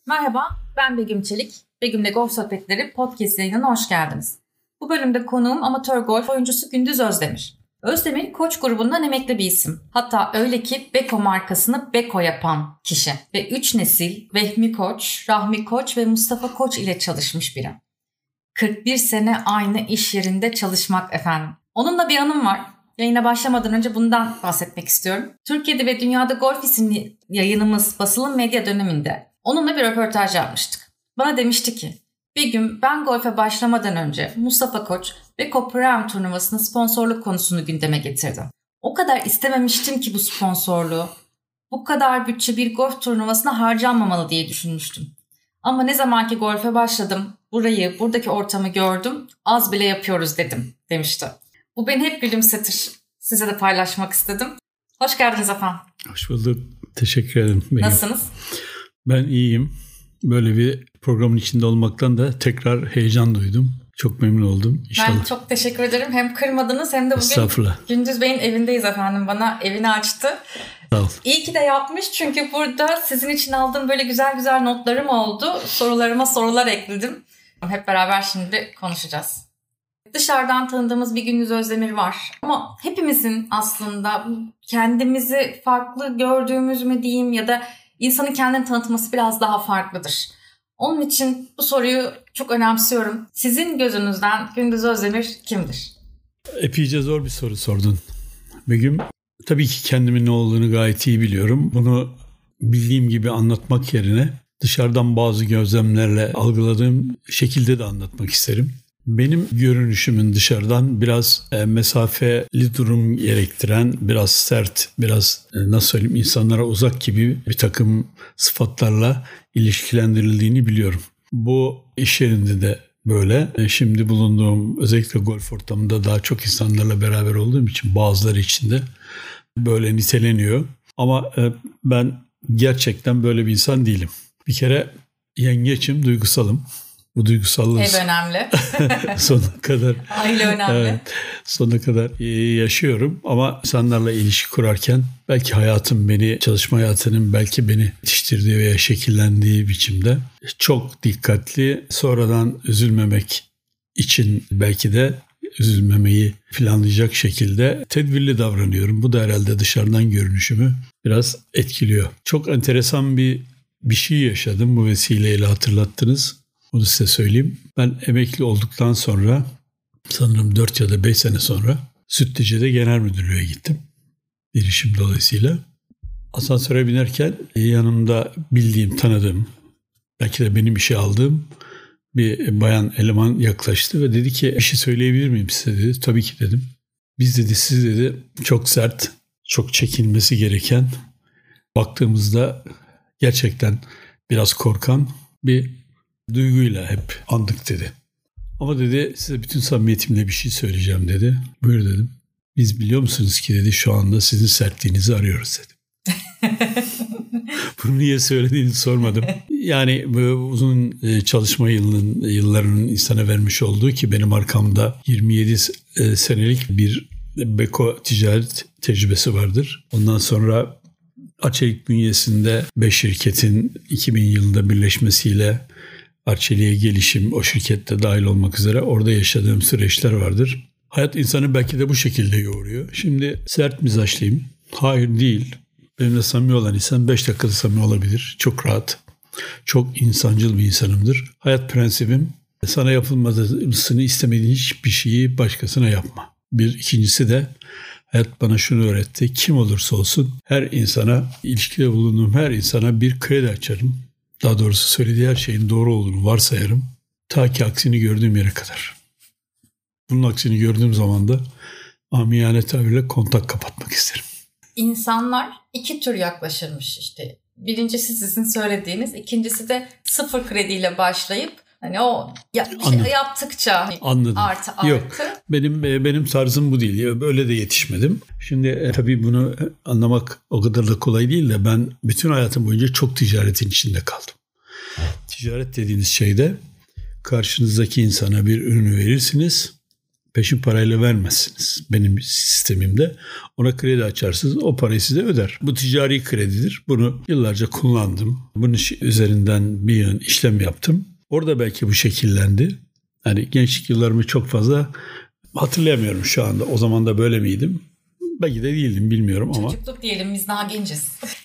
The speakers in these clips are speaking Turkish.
Merhaba, ben Begüm Çelik. Begüm'le Golf Sohbetleri podcast yayınına hoş geldiniz. Bu bölümde konuğum amatör golf oyuncusu Gündüz Özdemir. Özdemir, Koç grubundan emekli bir isim. Hatta öyle ki Beko markasını Beko yapan kişi. Ve 3 nesil Vehmi Koç, Rahmi Koç ve Mustafa Koç ile çalışmış biri. 41 sene aynı iş yerinde çalışmak efendim. Onunla bir anım var. Yayına başlamadan önce bundan bahsetmek istiyorum. Türkiye'de ve Dünyada Golf isimli yayınımız basılı medya döneminde onunla bir röportaj yapmıştık. Bana demişti ki, Begüm, ben golfe başlamadan önce Mustafa Koç Beko Prime turnuvasının sponsorluk konusunu gündeme getirdim. O kadar istememiştim ki bu sponsorluğu. Bu kadar bütçe bir golf turnuvasına harcanmamalı diye düşünmüştüm. Ama ne zamanki golfe başladım, buradaki ortamı gördüm, az bile yapıyoruz demişti. Bu beni hep gülümsetir. Size de paylaşmak istedim. Hoş geldiniz efendim. Hoş bulduk. Teşekkür ederim. Nasılsınız? Ben iyiyim. Böyle bir programın içinde olmaktan da tekrar heyecan duydum. Çok memnun oldum. İnşallah. Ben çok teşekkür ederim. Hem kırmadınız hem de bugün Gündüz Bey'in evindeyiz efendim. Bana evini açtı. Sağ ol. İyi ki de yapmış çünkü burada sizin için aldığım böyle güzel notlarım oldu. Sorularıma sorular ekledim. Hep beraber şimdi konuşacağız. Dışarıdan tanıdığımız bir Gündüz Özdemir var. Ama hepimizin aslında kendimizi farklı gördüğümüz mü diyeyim ya da insanın kendini tanıtması biraz daha farklıdır. Onun için bu soruyu çok önemsiyorum. Sizin gözünüzden Gündüz Özdemir kimdir? Epeyce zor bir soru sordun Begüm. Tabii ki kendimin ne olduğunu gayet iyi biliyorum. Bunu bildiğim gibi anlatmak yerine dışarıdan bazı gözlemlerle algıladığım şekilde de anlatmak isterim. Benim görünüşümün dışarıdan biraz mesafeli durum gerektiren, biraz sert, biraz nasıl söyleyeyim insanlara uzak gibi bir takım sıfatlarla ilişkilendirildiğini biliyorum. Bu iş yerinde de böyle. Şimdi bulunduğum özellikle golf ortamında daha çok insanlarla beraber olduğum için bazıları için de böyle niteleniyor. Ama ben gerçekten böyle bir insan değilim. Bir kere yengeçim, duygusalım. Bu duygusallığım ev önemli. sonuna kadar. Aile önemli. Evet, sonuna kadar yaşıyorum ama insanlarla ilişki kurarken belki çalışma hayatının belki beni yetiştirdiği veya şekillendiği biçimde çok dikkatli, sonradan üzülmemek için belki de üzülmemeyi planlayacak şekilde tedbirli davranıyorum. Bu da herhalde dışarıdan görünüşümü biraz etkiliyor. Çok enteresan bir şey yaşadım, bu vesileyle hatırlattınız. Onu size söyleyeyim. Ben emekli olduktan sonra sanırım 4 ya da 5 sene sonra Sütlüce'de genel müdürlüğe gittim. Bir işim dolayısıyla. Asansöre binerken yanımda bildiğim, tanıdığım, belki de benim işe aldığım bir bayan eleman yaklaştı ve dedi ki bir şey söyleyebilir miyim size dedi. Tabii ki dedim. Siz dedi çok sert, çok çekilmesi gereken, baktığımızda gerçekten biraz korkan bir duyguyla hep andık dedi. Ama dedi size bütün samimiyetimle bir şey söyleyeceğim dedi. Buyur dedim. Biz biliyor musunuz ki dedi şu anda sizin sertliğinizi arıyoruz dedi. Bunu niye söylediğini sormadım. Yani bu uzun çalışma yıllarının insana vermiş olduğu ki benim arkamda 27 senelik bir Beko ticaret tecrübesi vardır. Ondan sonra Arçelik bünyesinde 5 şirketin 2000 yılında birleşmesiyle Arçelik'e gelişim, o şirkette dahil olmak üzere orada yaşadığım süreçler vardır. Hayat insanı belki de bu şekilde yoğuruyor. Şimdi sert mizaçlıyım. Hayır değil. Benimle samimi olan insan 5 dakikada samimi olabilir. Çok rahat. Çok insancıl bir insanımdır. Hayat prensibim sana yapılmasını istemediğin hiçbir şeyi başkasına yapma. İkincisi de hayat bana şunu öğretti. Kim olursa olsun her insana, ilişkide bulunduğum her insana bir kredi açarım. Daha doğrusu söylediği her şeyin doğru olduğunu varsayarım. Ta ki aksini gördüğüm yere kadar. Bunun aksini gördüğüm zaman da amiyane tabirle kontak kapatmak isterim. İnsanlar 2 tür yaklaşırmış işte. Birincisi sizin söylediğiniz, ikincisi de sıfır krediyle başlayıp hani o yaptıkça Anladım. Artı. Yok, benim tarzım bu değil. Böyle de yetişmedim. Şimdi tabii bunu anlamak o kadar da kolay değil de ben bütün hayatım boyunca çok ticaretin içinde kaldım. Ticaret dediğiniz şeyde karşınızdaki insana bir ürünü verirsiniz. peşin parayla vermezsiniz benim sistemimde. Ona kredi açarsınız, o parayı size öder. Bu ticari kredidir. Bunu yıllarca kullandım. Bunun üzerinden bir yıl işlem yaptım. Orada belki bu şekillendi. Hani gençlik yıllarımı çok fazla hatırlayamıyorum şu anda. O zaman da böyle miydim? Belki de değildim, bilmiyorum ama. Çocukluk diyelim, biz daha genciz.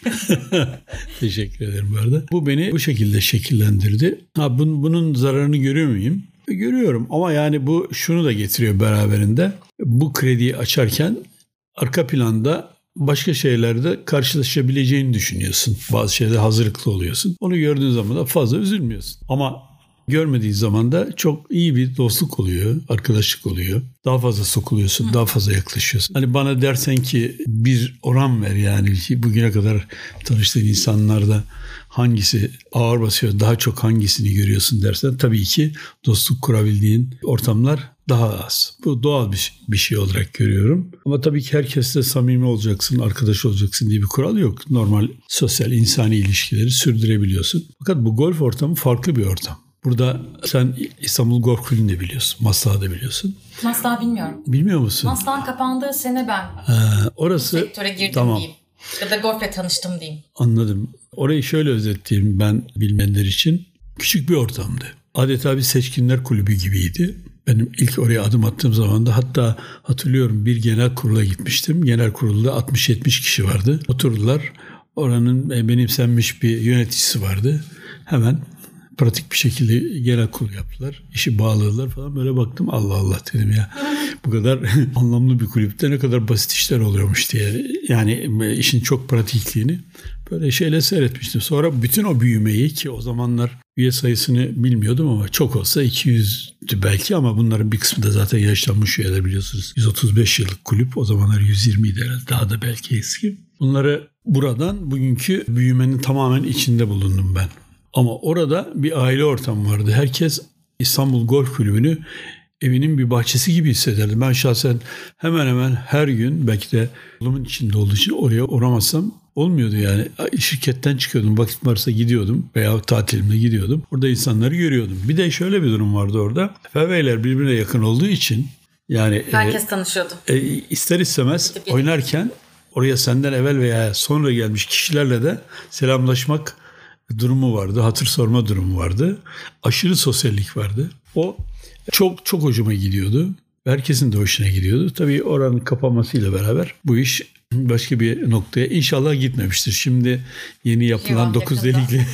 Teşekkür ederim bu arada. Bu beni bu şekilde şekillendirdi. Bunun zararını görüyor muyum? Görüyorum ama yani bu şunu da getiriyor beraberinde. Bu krediyi açarken arka planda başka şeylerde karşılaşabileceğini düşünüyorsun. Bazı şeylerde hazırlıklı oluyorsun. Onu gördüğün zaman da fazla üzülmüyorsun. Ama görmediğin zaman da çok iyi bir dostluk oluyor, arkadaşlık oluyor. Daha fazla sokuluyorsun, daha fazla yaklaşıyorsun. Hani bana dersen ki bir oran ver, yani bugüne kadar tanıştığın insanlarda hangisi ağır basıyor, daha çok hangisini görüyorsun dersen, tabii ki dostluk kurabildiğin ortamlar daha az. Bu doğal bir şey olarak görüyorum. Ama tabii ki herkesle samimi olacaksın, arkadaş olacaksın diye bir kural yok. Normal sosyal, insani ilişkileri sürdürebiliyorsun. Fakat bu golf ortamı farklı bir ortam. Burada sen İstanbul Golf Kulübü'nü de biliyorsun. Maslak'ı da biliyorsun. Maslak'ı bilmiyorum. Bilmiyor musun? Maslak'ın kapandığı sene ben orası, bu sektöre girdim tamam, diyeyim. Ya da golfle tanıştım diyeyim. Anladım. Orayı şöyle özetleyeyim ben bilmeyenler için. Küçük bir ortamdı. Adeta bir seçkinler kulübü gibiydi. Benim ilk oraya adım attığım zaman da, hatta hatırlıyorum, bir genel kurula gitmiştim. Genel kurulda 60-70 kişi vardı. Oturdular. Oranın benimsenmiş bir yöneticisi vardı. Hemen pratik bir şekilde genel kurul yaptılar. İşi bağladılar falan. Böyle baktım, Allah Allah dedim ya. Bu kadar anlamlı bir kulüpte ne kadar basit işler oluyormuş diye. Yani işin çok pratikliğini böyle şeyle seyretmiştim. Sonra bütün o büyümeyi, ki o zamanlar üye sayısını bilmiyordum ama çok olsa 200'dü belki, ama bunların bir kısmı da zaten yaşlanmış üyeler, biliyorsunuz. 135 yıllık kulüp, o zamanlar 120'ydi herhalde, daha da belki eski. Bunları buradan bugünkü büyümenin tamamen içinde bulundum ben. Ama orada bir aile ortamı vardı. Herkes İstanbul Golf Kulübü'nü evinin bir bahçesi gibi hissederdi. Ben şahsen hemen hemen her gün, belki de yolumun içinde olduğu için oraya uğramazsam olmuyordu yani. Şirketten çıkıyordum, vakit varsa gidiyordum veya tatilimde gidiyordum. Orada insanları görüyordum. Bir de şöyle bir durum vardı orada. Fairway'ler birbirine yakın olduğu için, yani herkes tanışıyordu. İster istemez oynarken oraya senden evvel veya sonra gelmiş kişilerle de selamlaşmak durumu vardı. Hatır sorma durumu vardı. Aşırı sosyallik vardı. O çok çok hoşuma gidiyordu. Herkesin de hoşuna gidiyordu. Tabii oranın kapanmasıyla beraber bu iş başka bir noktaya inşallah gitmemiştir. Şimdi yeni yapılan 9 delikli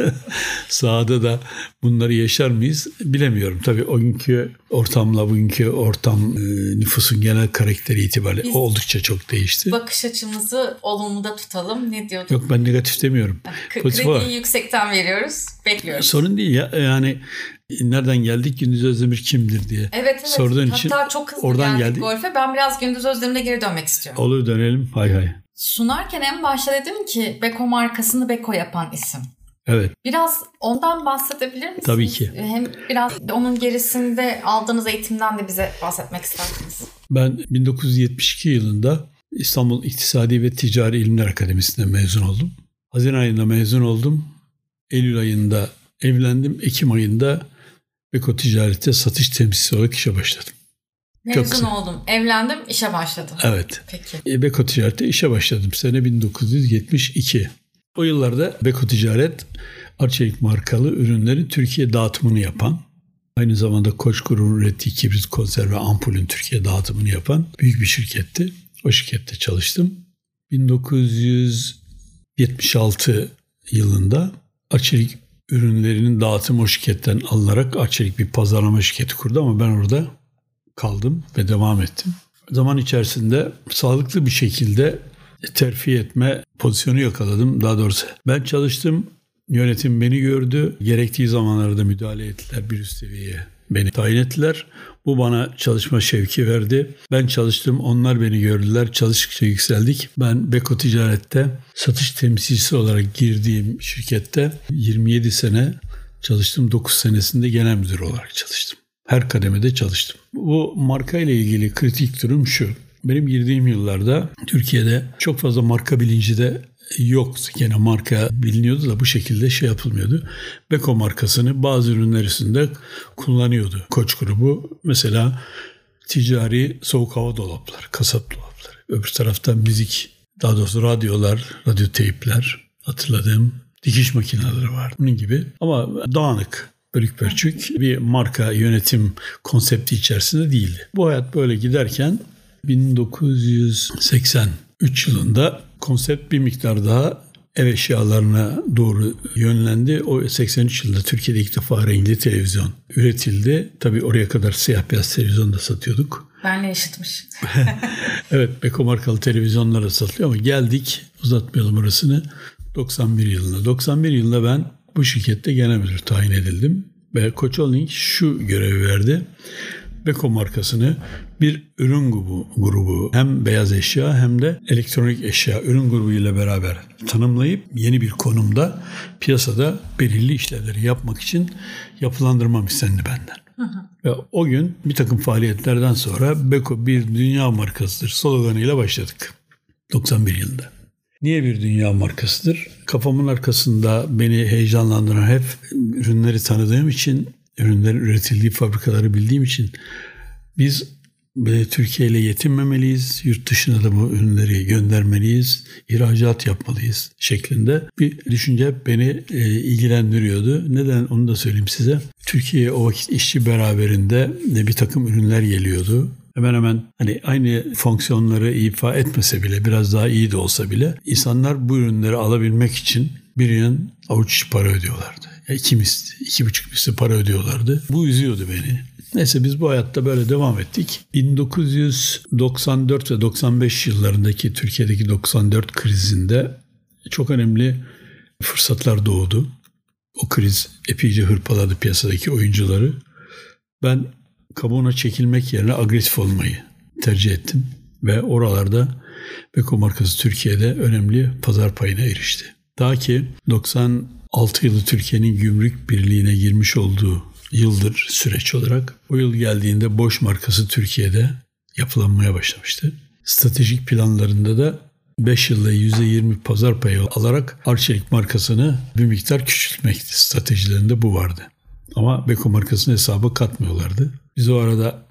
sahada da bunları yaşar mıyız bilemiyorum. Tabii o günkü ortamla bugünkü ortam, nüfusun genel karakteri itibariyle biz oldukça çok değişti. Bakış açımızı olumlu da tutalım. Ne diyordun? Yok, ben negatif demiyorum. Krediyi yüksekten veriyoruz. Bekliyoruz. Sorun değil ya. Yani nereden geldik, Gündüz Özdemir kimdir diye sorduğun için. Hatta çok hızlı oradan geldik golfe. Ben biraz Gündüz Özdemir'e geri dönmek istiyorum. Olur, dönelim. Hay hay. Sunarken en başta dedim ki Beko markasını Beko yapan isim. Evet. Biraz ondan bahsedebilir misiniz? Tabii ki. Hem biraz onun gerisinde aldığınız eğitimden de bize bahsetmek istersiniz. Ben 1972 yılında İstanbul İktisadi ve Ticari İlimler Akademisi'nden mezun oldum. Haziran ayında mezun oldum. Eylül ayında evlendim. Ekim ayında Beko Ticaret'te satış temsilcisi olarak işe başladım. Mezun oldum, evlendim, işe başladım. Evet. Peki. Beko Ticaret'te işe başladım. Sene 1972. O yıllarda Beko Ticaret, Arçelik markalı ürünlerin Türkiye dağıtımını yapan, aynı zamanda Koç Grubu'nun ürettiği kibrit, konserve, ampulün Türkiye dağıtımını yapan büyük bir şirketti. O şirkette çalıştım. 1976 yılında Arçelik ürünlerinin dağıtımı o şirketten alınarak Arçelik bir pazarlama şirketi kurdu, ama ben orada kaldım ve devam ettim. Zaman içerisinde sağlıklı bir şekilde terfi etme pozisyonu yakaladım. Daha doğrusu ben çalıştım, yönetim beni gördü. Gerektiği zamanlarda müdahale ettiler, bir üst seviyeye beni tayin ettiler. Bu bana çalışma şevki verdi. Ben çalıştım, onlar beni gördüler. Çalıştıkça yükseldik. Ben Beko Ticaret'te satış temsilcisi olarak girdiğim şirkette 27 sene çalıştım. 9 senesinde genel müdür olarak çalıştım. Her kademede çalıştım. Bu marka ile ilgili kritik durum şu. Benim girdiğim yıllarda Türkiye'de çok fazla marka bilinci de yoktu. Gene marka biliniyordu da bu şekilde şey yapılmıyordu. Beko markasını bazı ürünler üstünde kullanıyordu Koç grubu. Mesela ticari soğuk hava dolapları, kasap dolapları. Öbür tarafta müzik, daha doğrusu radyolar, radyo teypler, hatırladığım dikiş makineleri var. Bunun gibi ama dağınık, bölük pörçük bir marka yönetim konsepti içerisinde değildi. Bu hayat böyle giderken 1983 yılında konsept bir miktar daha ev eşyalarına doğru yönlendi. O 83 yılında Türkiye'de ilk defa renkli televizyon üretildi. Tabii oraya kadar siyah beyaz televizyon da satıyorduk. Benle yaşıtmış. Evet, Beko markalı televizyonlar da satılıyor ama geldik, uzatmayalım orasını, 91 yılına. 91 yılında ben bu şirkette genel müdür tayin edildim. Ve Koç Holding şu görevi verdi. Beko markasını bir ürün grubu hem beyaz eşya hem de elektronik eşya ürün grubu ile beraber tanımlayıp yeni bir konumda piyasada belirli işlevleri yapmak için yapılandırmam istendi benden. Ve o gün bir takım faaliyetlerden sonra Beko bir dünya markasıdır sloganıyla başladık 91 yılında. Niye bir dünya markasıdır? Kafamın arkasında beni heyecanlandıran hep ürünleri tanıdığım için, ürünlerin üretildiği fabrikaları bildiğim için biz Türkiye ile yetinmemeliyiz, yurt dışına da bu ürünleri göndermeliyiz, ihracat yapmalıyız şeklinde bir düşünce beni ilgilendiriyordu. Neden onu da söyleyeyim size. Türkiye'ye o vakit işçi beraberinde bir takım ürünler geliyordu. Hemen hemen hani aynı fonksiyonları ifa etmese bile, biraz daha iyi de olsa bile insanlar bu ürünleri alabilmek için birinin avuç içi para ödüyorlardı. 2,5 misli para ödüyorlardı. Bu üzüyordu beni. Neyse biz bu hayatta böyle devam ettik. 1994 ve 95 yıllarındaki Türkiye'deki 94 krizinde çok önemli fırsatlar doğdu. O kriz epeyce hırpaladı piyasadaki oyuncuları. Ben kabuğuna çekilmek yerine agresif olmayı tercih ettim. Ve oralarda Beko markası Türkiye'de önemli pazar payına erişti. Ta ki 96 yılı Türkiye'nin gümrük birliğine girmiş olduğu yıldır süreç olarak. O yıl geldiğinde Bosch markası Türkiye'de yapılanmaya başlamıştı. Stratejik planlarında da 5 yılda %20 pazar payı alarak Arçelik markasını bir miktar küçültmekti. Stratejilerinde bu vardı. Ama Beko markasını hesaba katmıyorlardı. Biz o arada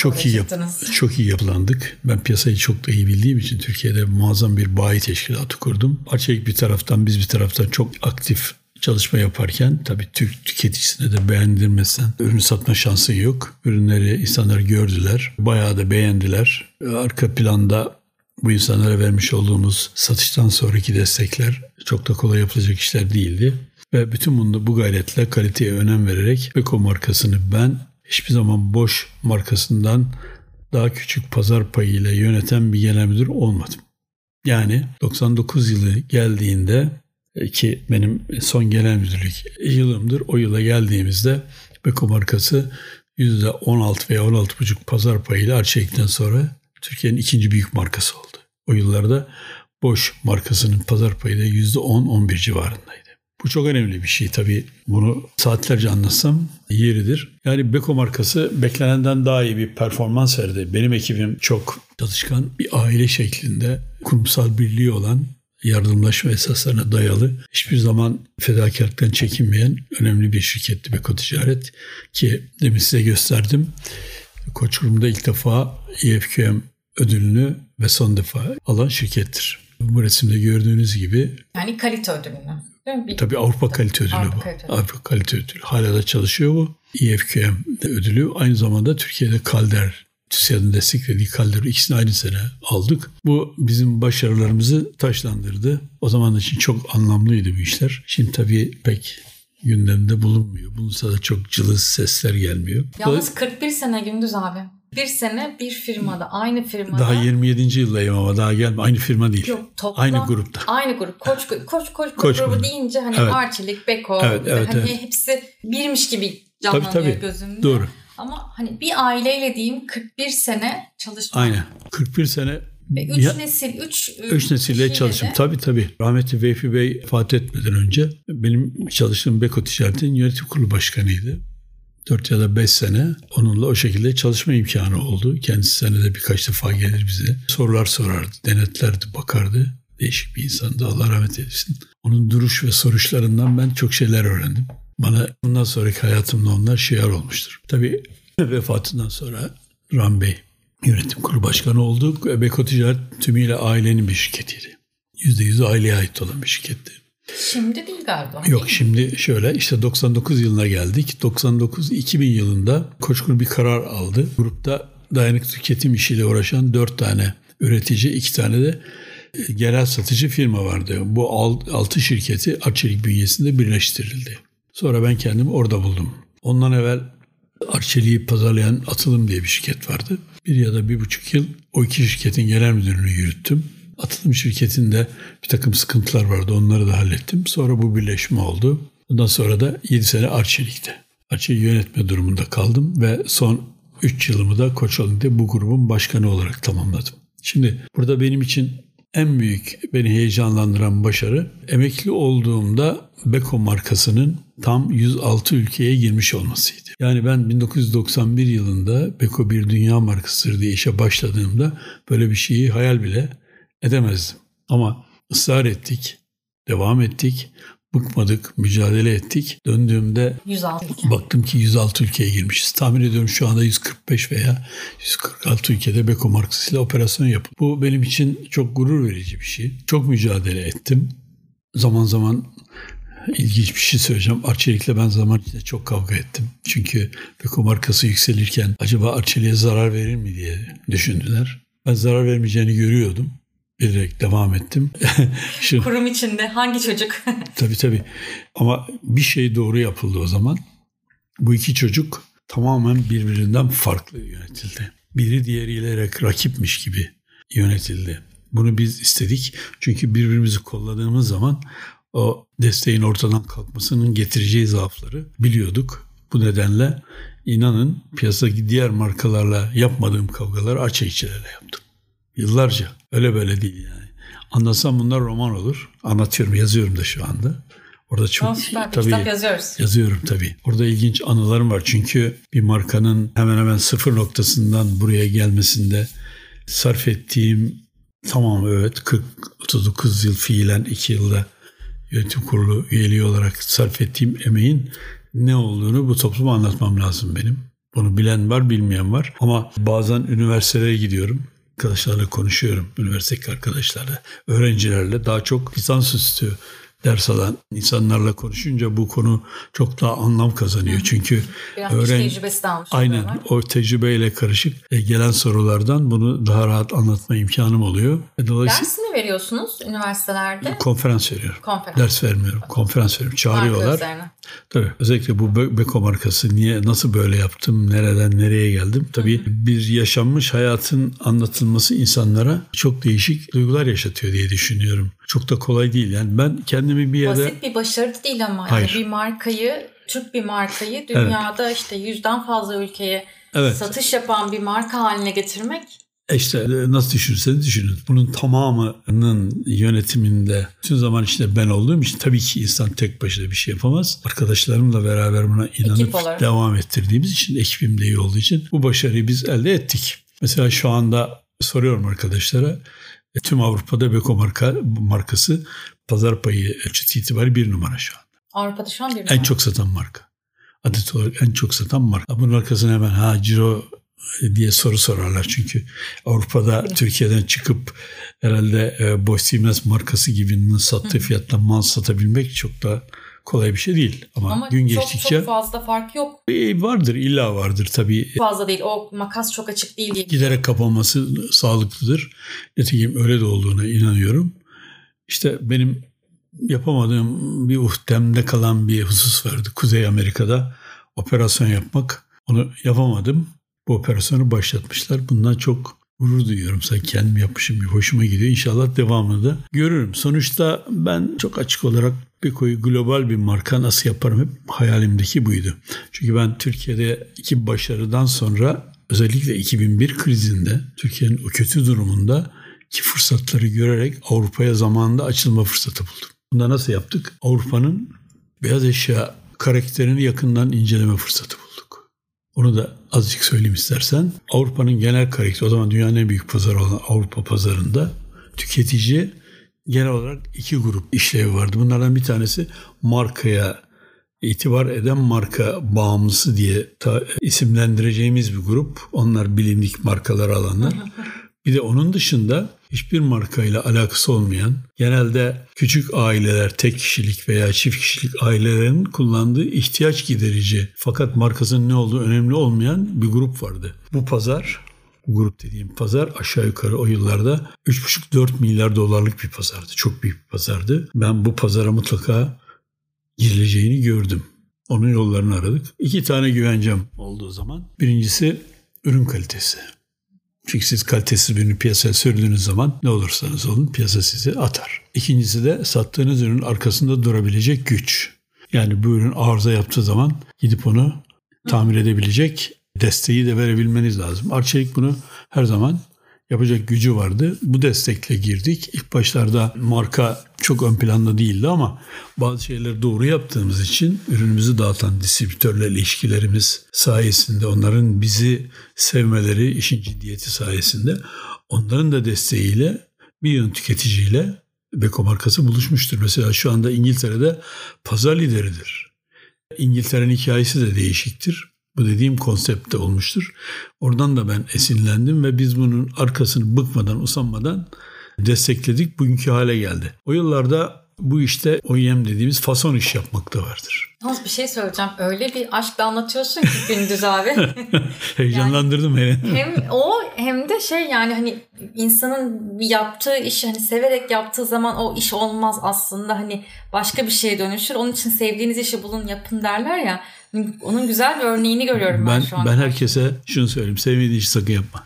çok iyi yapılandık. Ben piyasayı çok da iyi bildiğim için Türkiye'de muazzam bir bayi teşkilatı kurdum. Arçelik bir taraftan, biz bir taraftan çok aktif çalışma yaparken tabii Türk tüketicisine de beğendirmezsen ürün satma şansı yok. Ürünleri insanlar gördüler. Bayağı da beğendiler. Arka planda bu insanlara vermiş olduğumuz satıştan sonraki destekler çok da kolay yapılacak işler değildi. Ve bütün bu gayretle kaliteye önem vererek Beko markasını ben hiçbir zaman Bosch markasından daha küçük pazar payıyla yöneten bir genel müdür olmadım. Yani 99 yılı geldiğinde ki benim son genel müdürlük yılımdır. O yıla geldiğimizde Beko markası %16 veya 16,5 pazar payıyla Arçelik'ten sonra Türkiye'nin ikinci büyük markası oldu. O yıllarda Bosch markasının pazar payı da %10-11 civarındaydı. Bu çok önemli bir şey tabii. Bunu saatlerce anlatsam yeridir. Yani Beko markası beklenenden daha iyi bir performans verdi. Benim ekibim çok çalışkan, bir aile şeklinde kurumsal birliği olan, yardımlaşma esaslarına dayalı, hiçbir zaman fedakarlıktan çekinmeyen önemli bir şirketti Beko Ticaret. Ki demin size gösterdim. Koç Kurumu'nda ilk defa EFQM ödülünü ve son defa alan şirkettir. Bu resimde gördüğünüz gibi. Yani kalite ödülünü. Tabii Avrupa Kalite Ödülü bu. Avrupa Kalite Ödülü. Hala da çalışıyor bu. EFQM ödülü. Aynı zamanda Türkiye'de Calder, TÜSİAD'ın desteklediği Calder, ikisini aynı sene aldık. Bu bizim başarılarımızı taşlandırdı. O zaman için çok anlamlıydı bu işler. Şimdi tabii pek gündemde bulunmuyor. Bulunsa da çok cılız sesler gelmiyor. Yalnız 41 sene Gündüz abi. Bir sene bir firmada, aynı firmada. Daha 27. yıldayım ama daha gelme. Aynı firma değil. Yok, toplam. Aynı grupta. Aynı grup. Koç grubu deyince hani evet. Arçelik, Beko, evet. Hepsi birmiş gibi canlanıyor tabii. Gözümde. Doğru. Ama hani bir aileyle diyeyim 41 sene çalışma. Aynen. 41 sene. 3 nesille çalıştım. Tabii. Rahmetli Veyfi Bey vefat etmeden önce benim çalıştığım Beko Ticaret'in yönetim kurulu başkanıydı. 4 ya da 5 sene onunla o şekilde çalışma imkanı oldu. Kendisi senede birkaç defa gelir bize. Sorular sorardı, denetlerdi, bakardı. Değişik bir insandı, Allah rahmet eylesin. Onun duruş ve soruşlarından ben çok şeyler öğrendim. Bana bundan sonraki hayatımda onlar şiar olmuştur. Tabii vefatından sonra Rahmi Bey Yönetim kurulu başkanı olduk. Beko Ticaret tümüyle ailenin bir şirketiydi. %100 aileye ait olan bir şirketti. Şimdi değil galiba. Yok, şimdi şöyle işte 99 yılına geldik. 99-2000 yılında Koç Grubu bir karar aldı. Grupta dayanıklı tüketim işiyle uğraşan 4 tane üretici, 2 tane de genel satıcı firma vardı. Bu 6 şirketi Arçelik bünyesinde birleştirildi. Sonra ben kendimi orada buldum. Ondan evvel Arçelik'i pazarlayan Atılım diye bir şirket vardı. 1 ya da 1,5 yıl o 2 şirketin genel müdürlüğünü yürüttüm. Atılım şirketinde bir takım sıkıntılar vardı. Onları da hallettim. Sonra bu birleşme oldu. Ondan sonra da 7 sene Arçelik'te. Arçelik'i yönetme durumunda kaldım ve son 3 yılımı da Koç Holding'de bu grubun başkanı olarak tamamladım. Şimdi burada benim için en büyük, beni heyecanlandıran başarı, emekli olduğumda Beko markasının tam 106 ülkeye girmiş olmasıydı. Yani ben 1991 yılında Beko bir dünya markasıdır diye işe başladığımda böyle bir şeyi hayal bile edemezdim. Ama ısrar ettik, devam ettik, bıkmadık, mücadele ettik. Döndüğümde 106 ülke. Baktım ki 106 ülkeye girmişiz. Tahmin ediyorum şu anda 145 veya 146 ülkede Beko markasıyla operasyon yapıldı. Bu benim için çok gurur verici bir şey. Çok mücadele ettim. Zaman zaman ilginç bir şey söyleyeceğim. Arçelik'le ben zaman içinde çok kavga ettim. Çünkü Beko markası yükselirken acaba Arçelik'e zarar verir mi diye düşündüler. Ben zarar vermeyeceğini görüyordum. Bilerek devam ettim. Kurum içinde hangi çocuk? Tabii. Ama bir şey doğru yapıldı o zaman. Bu 2 çocuk tamamen birbirinden farklı yönetildi. Biri diğeriyle rakipmiş gibi yönetildi. Bunu biz istedik. Çünkü birbirimizi kolladığımız zaman o desteğin ortadan kalkmasının getireceği zaafları biliyorduk. Bu nedenle inanın piyasadaki diğer markalarla yapmadığım kavgaları Arçelikçilerle yaptım. Yıllarca. Öyle böyle değil yani. Anlatsam bunlar roman olur. Anlatıyorum, yazıyorum da şu anda. Orada çok süper, kitap yazıyoruz. Yazıyorum tabii. Orada ilginç anılarım var. Çünkü bir markanın hemen hemen sıfır noktasından buraya gelmesinde sarf ettiğim, tamam evet 39 yıl fiilen 2 yılda yönetim kurulu üyeliği olarak sarf ettiğim emeğin ne olduğunu bu topluma anlatmam lazım benim. Bunu bilen var, bilmeyen var. Ama bazen üniversitelere gidiyorum. Arkadaşlarla konuşuyorum, üniversitedeki arkadaşlarla, öğrencilerle, daha çok lisansüstü ders alan insanlarla konuşunca bu konu çok daha anlam kazanıyor. Çünkü tecrübesi de almış. Aynen, o tecrübeyle karışık gelen sorulardan bunu daha rahat anlatma imkanım oluyor. Ders mi veriyorsunuz üniversitelerde? Konferans veriyorum. Ders vermiyorum. Konferans veriyorum. Çağırıyorlar. Tabii. Özellikle bu Beko markası nasıl böyle yaptım, nereden nereye geldim? Tabii bir yaşanmış hayatın anlatılması insanlara çok değişik duygular yaşatıyor diye düşünüyorum. Çok da kolay değil. Yani ben kendimi bir yerde... Basit bir başarı değil ama. Hayır. Yani bir markayı, Türk bir markayı dünyada işte 100'den fazla ülkeye satış yapan bir marka haline getirmek. İşte nasıl düşünürseniz düşünün. Bunun tamamının yönetiminde bütün zaman içinde ben olduğum için tabii ki insan tek başına bir şey yapamaz. Arkadaşlarımla beraber buna inanıp devam ettirdiğimiz için, ekibim de iyi olduğu için bu başarıyı biz elde ettik. Mesela şu anda soruyorum arkadaşlara, tüm Avrupa'da Beko markası pazar payı ölçüsü itibariyle 1 numara şu anda. Avrupa'da şu an 1 numara. En çok satan marka. Adet olarak en çok satan marka. Bunun arkasına hemen ciro diye soru sorarlar. Çünkü Avrupa'da Türkiye'den çıkıp herhalde Bosch Siemens markası gibi sattığı fiyatla mal satabilmek çok da kolay bir şey değil. Ama gün geçtikçe çok fazla fark yok. Vardır, illa vardır tabii. Fazla değil. O makas çok açık değil diye. Giderek kapanması sağlıklıdır. Nitekim öyle de olduğuna inanıyorum. İşte benim yapamadığım bir uhdemde kalan bir husus vardı. Kuzey Amerika'da operasyon yapmak. Onu yapamadım. Bu operasyonu başlatmışlar. Bundan çok gurur duyuyorum. Sanki kendim yapmışım gibi hoşuma gidiyor. İnşallah devamını da görürüm. Sonuçta ben çok açık olarak Beko'yu global bir marka nasıl yaparım, hep hayalimdeki buydu. Çünkü ben Türkiye'deki başarıdan sonra özellikle 2001 krizinde Türkiye'nin o kötü durumunda ki fırsatları görerek Avrupa'ya zamanında açılma fırsatı buldum. Bunda nasıl yaptık? Avrupa'nın beyaz eşya karakterini yakından inceleme fırsatı bulduk. Onu da azıcık söyleyeyim istersen. Avrupa'nın genel karakteri, o zaman dünyanın en büyük pazarı olan Avrupa pazarında tüketici genel olarak 2 grup işlevi vardı. Bunlardan bir tanesi markaya itibar eden marka bağımlısı diye isimlendireceğimiz bir grup. Onlar bilindik markaları alanlar. Bir de onun dışında hiçbir markayla alakası olmayan, genelde küçük aileler, tek kişilik veya çift kişilik ailelerin kullandığı ihtiyaç giderici fakat markasının ne olduğu önemli olmayan bir grup vardı. Bu pazar, bu grup dediğim pazar aşağı yukarı o yıllarda 3,5-4 milyar dolarlık bir pazardı. Çok büyük bir pazardı. Ben bu pazara mutlaka girileceğini gördüm. Onun yollarını aradık. 2 tane güvencem olduğu zaman. Birincisi ürün kalitesi. Çünkü siz kalitesiz bir ürünü piyasaya sürdüğünüz zaman ne olursanız olun piyasa sizi atar. İkincisi de sattığınız ürünün arkasında durabilecek güç. Yani bu ürün arıza yaptığı zaman gidip onu tamir edebilecek desteği de verebilmeniz lazım. Arçelik bunu her zaman yapacak gücü vardı. Bu destekle girdik. İlk başlarda marka çok ön planda değildi ama bazı şeyleri doğru yaptığımız için ürünümüzü dağıtan distribütörlerle ilişkilerimiz sayesinde, onların bizi sevmeleri, işin ciddiyeti sayesinde, onların da desteğiyle bir yığın tüketiciyle Beko markası buluşmuştur. Mesela şu anda İngiltere'de pazar lideridir. İngiltere'nin hikayesi de değişiktir. Bu dediğim konsepte olmuştur. Oradan da ben esinlendim ve biz bunun arkasını bıkmadan, usanmadan destekledik. Bugünkü hale geldi. O yıllarda bu işte OEM dediğimiz fason iş yapmak da vardır. Yalnız bir şey söyleyeceğim. Öyle bir aşkla anlatıyorsun ki Gündüz abi. Heyecanlandırdım beni. Hem o hem de yani hani insanın yaptığı işi hani severek yaptığı zaman o iş olmaz aslında, hani başka bir şeye dönüşür. Onun için sevdiğiniz işi bulun, yapın derler ya. Onun güzel bir örneğini görüyorum ben şu an. Ben herkese şunu söyleyeyim. Sevmediği işi sakın yapma.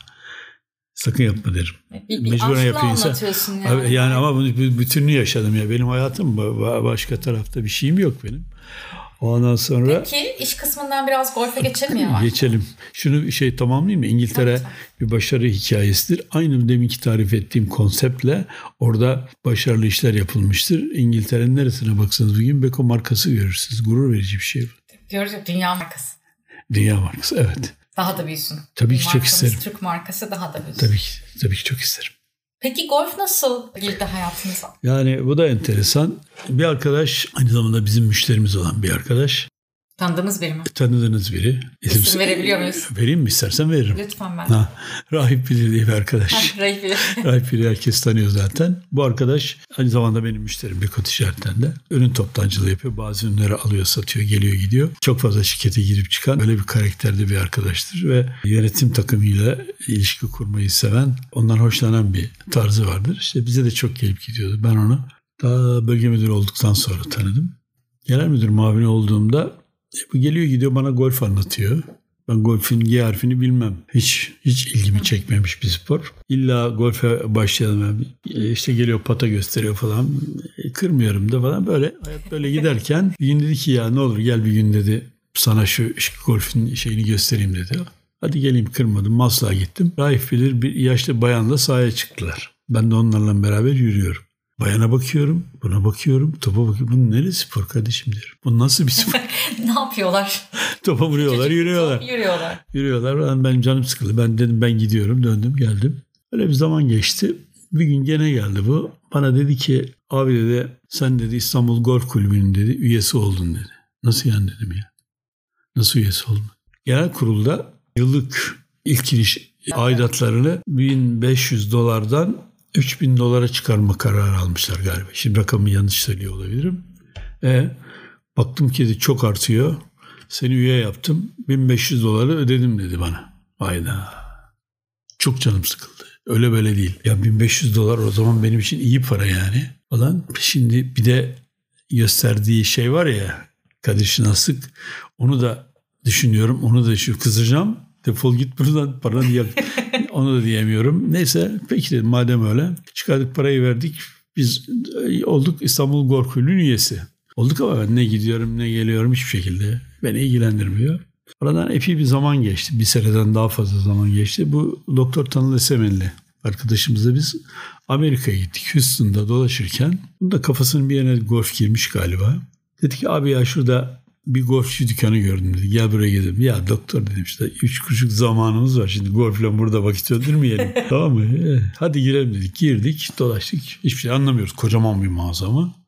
Sakın yapma derim. Bir aşkla anlatıyorsun yani. Yani ama bunu bütününü yaşadım ya. Benim hayatım başka tarafta bir şeyim yok benim. Ondan sonra... Peki iş kısmından biraz golfe geçelim ya. Geçelim. Şunu tamamlayayım mı? İngiltere bir başarı hikayesidir. Aynı deminki tarif ettiğim konseptle orada başarılı işler yapılmıştır. İngiltere'nin neresine baksanız bugün Beko markası görürsünüz. Gurur verici bir şey bu. Diyoruz ya, dünya markası. Dünya markası, evet. Daha da büyüsün. Tabii ki çok isterim. Türk markası daha da büyüsün. Tabii ki çok isterim. Peki golf nasıl girdi hayatınıza? Yani bu da enteresan. Bir arkadaş, aynı zamanda bizim müşterimiz olan bir arkadaş. Tanıdığınız biri mi? Tanıdığınız biri. İsim verebiliyor muyuz? Vereyim mi? İstersen veririm. Lütfen ver. Rahip Bilir diye bir arkadaş. Rahip Bilir. Rahip Bilir herkes tanıyor zaten. Bu arkadaş aynı zamanda benim müşterim Beko Ticaret'ten de. Ürün toptancılığı yapıyor. Bazı ürünleri alıyor, satıyor, geliyor, gidiyor. Çok fazla şirkete girip çıkan böyle bir karakterde bir arkadaştır ve yönetim takımıyla ilişki kurmayı seven, ondan hoşlanan bir tarzı vardır. İşte bize de çok gelip gidiyordu. Ben onu daha bölge müdürü olduktan sonra tanıdım. Genel müdür muavini olduğumda bu geliyor gidiyor bana golf anlatıyor. Ben golfün G harfini bilmem. Hiç ilgimi çekmemiş bir spor. İlla golfe başlayalım. İşte geliyor pata gösteriyor falan. Kırmıyorum da falan. Böyle hayat böyle giderken bir gün dedi ki ya ne olur gel bir gün dedi. Sana şu golfün şeyini göstereyim dedi. Hadi geleyim, kırmadım. Maslak'a gittim. Raif Bilir bir yaşlı bayanla sahaya çıktılar. Ben de onlarla beraber yürüyorum. Bayana bakıyorum, buna bakıyorum, topa bakıyorum. Bu neresi spor kardeşim diyorum. Bu nasıl bir spor? Ne yapıyorlar? Topa vuruyorlar, yürüyorlar. Yürüyorlar. Benim canım sıkıldı. Ben dedim ben gidiyorum, döndüm, geldim. Öyle bir zaman geçti. Bir gün gene geldi bu. Bana dedi ki abi dedi sen dedi İstanbul Golf Kulübü'nün dedi üyesi oldun dedi. Nasıl yani dedim ya. Nasıl üyesi oldun? Genel kurulda yıllık ilk giriş aidatlarını $1.500'dan $3.000 çıkarma kararı almışlar galiba. Şimdi rakamı yanlış söylüyor olabilirim. Baktım ki çok artıyor. Seni üye yaptım. $1.500 ödedim dedi bana. Hayda. Çok canım sıkıldı. Öyle böyle değil. Ya $1.500 o zaman benim için iyi para yani. Falan. Şimdi bir de gösterdiği şey var ya Kadir Şinaslık. Onu da düşünüyorum. Onu da kızacağım. Defol git buradan paranı yak. Onu da diyemiyorum. Neyse peki dedim madem öyle. Çıkardık parayı verdik. Biz olduk İstanbul Golf Kulübü'nün üyesi. Olduk ama ben ne gidiyorum ne geliyorum hiçbir şekilde. Beni ilgilendirmiyor. Aradan epey bir zaman geçti. Bir seneden daha fazla zaman geçti. Bu Doktor Tanıl Esemenli arkadaşımızla biz Amerika'ya gittik. Houston'da dolaşırken bunun da kafasının bir yerine golf girmiş galiba. Dedi ki abi ya şurada bir golfçü dükkanı gördüm dedi. Gel buraya gidelim. Ya doktor dedim işte 3 kuruşluk zamanımız var. Şimdi golfle burada vakit öldürmeyelim. Tamam mı? Hadi girelim dedik. Girdik, dolaştık. Hiçbir şey anlamıyoruz. Kocaman bir mağaza ama.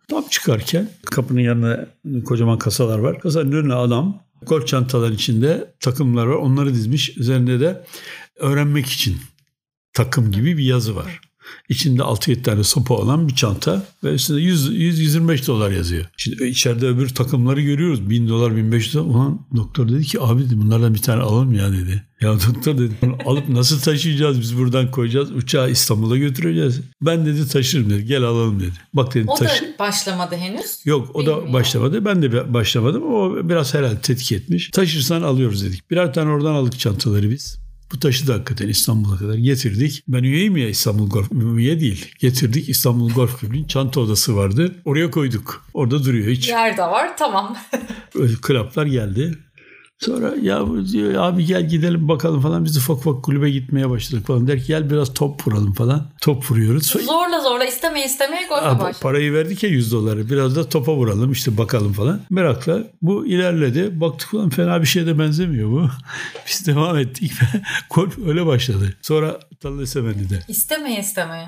Tam çıkarken kapının yanına kocaman kasalar var. Kasanın önüne adam golf çantaların içinde takımlar var. Onları dizmiş. Üzerinde de öğrenmek için takım gibi bir yazı var. İçinde 6-7 tane sopa olan bir çanta ve üstünde 100-125 dolar yazıyor. Şimdi içeride öbür takımları görüyoruz. 1000 dolar, 1500 dolar. Ulan doktor dedi ki abi dedi, bunlardan bir tane alalım ya dedi. Ya doktor dedi, bunu alıp nasıl taşıyacağız? Biz buradan koyacağız. Uçağı İstanbul'a götüreceğiz. Ben dedi taşırım dedi. Gel alalım dedi. Bak dedi o da başlamadı henüz. Yok o da başlamadı. Ben de başlamadım. O biraz herhalde tetkik etmiş. Taşırsan alıyoruz dedik. Birer tane oradan aldık çantaları biz. Bu taşı da hakikaten İstanbul'a kadar getirdik. Ben üyeyim ya İstanbul Golf. Üye değil. Getirdik İstanbul Golf Kulübü'nün çanta odası vardı. Oraya koyduk. Orada duruyor hiç. Yer de var tamam. Klaplar geldi. Sonra ya diyor abi gel gidelim bakalım falan. Biz ufak ufak kulübe gitmeye başladık falan. Der ki gel biraz top vuralım falan. Top vuruyoruz. Zorla istemeye golfe başladık. Parayı verdik ya 100 doları. Biraz da topa vuralım işte bakalım falan. Merakla bu ilerledi. Baktık ulan fena bir şeye de benzemiyor bu. Biz devam ettik ve golf öyle başladı. Sonra Talha Semendi'de. İstemeye.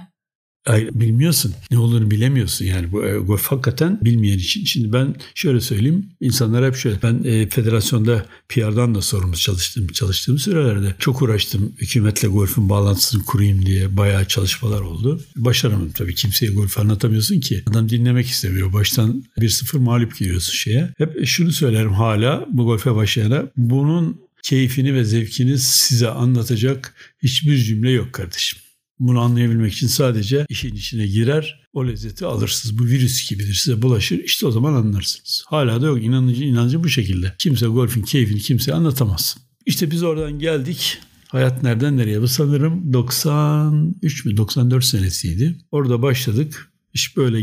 Ay, bilmiyorsun. Ne olduğunu bilemiyorsun yani. Bu golf hakikaten bilmeyen için. Şimdi ben şöyle söyleyeyim. İnsanlar hep şöyle. Ben federasyonda PR'dan da sorumlu çalıştığım sürelerde çok uğraştım. Hükümetle golfün bağlantısını kurayım diye bayağı çalışmalar oldu. Başaramadım tabii. Kimseye golf anlatamıyorsun ki. Adam dinlemek istemiyor. Baştan 1-0 mağlup giriyorsun şeye. Hep şunu söylerim hala bu golfe başlayana. Bunun keyfini ve zevkini size anlatacak hiçbir cümle yok kardeşim. Bunu anlayabilmek için sadece işin içine girer, o lezzeti alırsınız. Bu virüs gibidir, size bulaşır. İşte o zaman anlarsınız. Hala da yok. İnancı bu şekilde. Kimse golfün keyfini kimseye anlatamaz. İşte biz oradan geldik. Hayat nereden nereye? Bu sanırım 93 mü 94 senesiydi. Orada başladık. İş böyle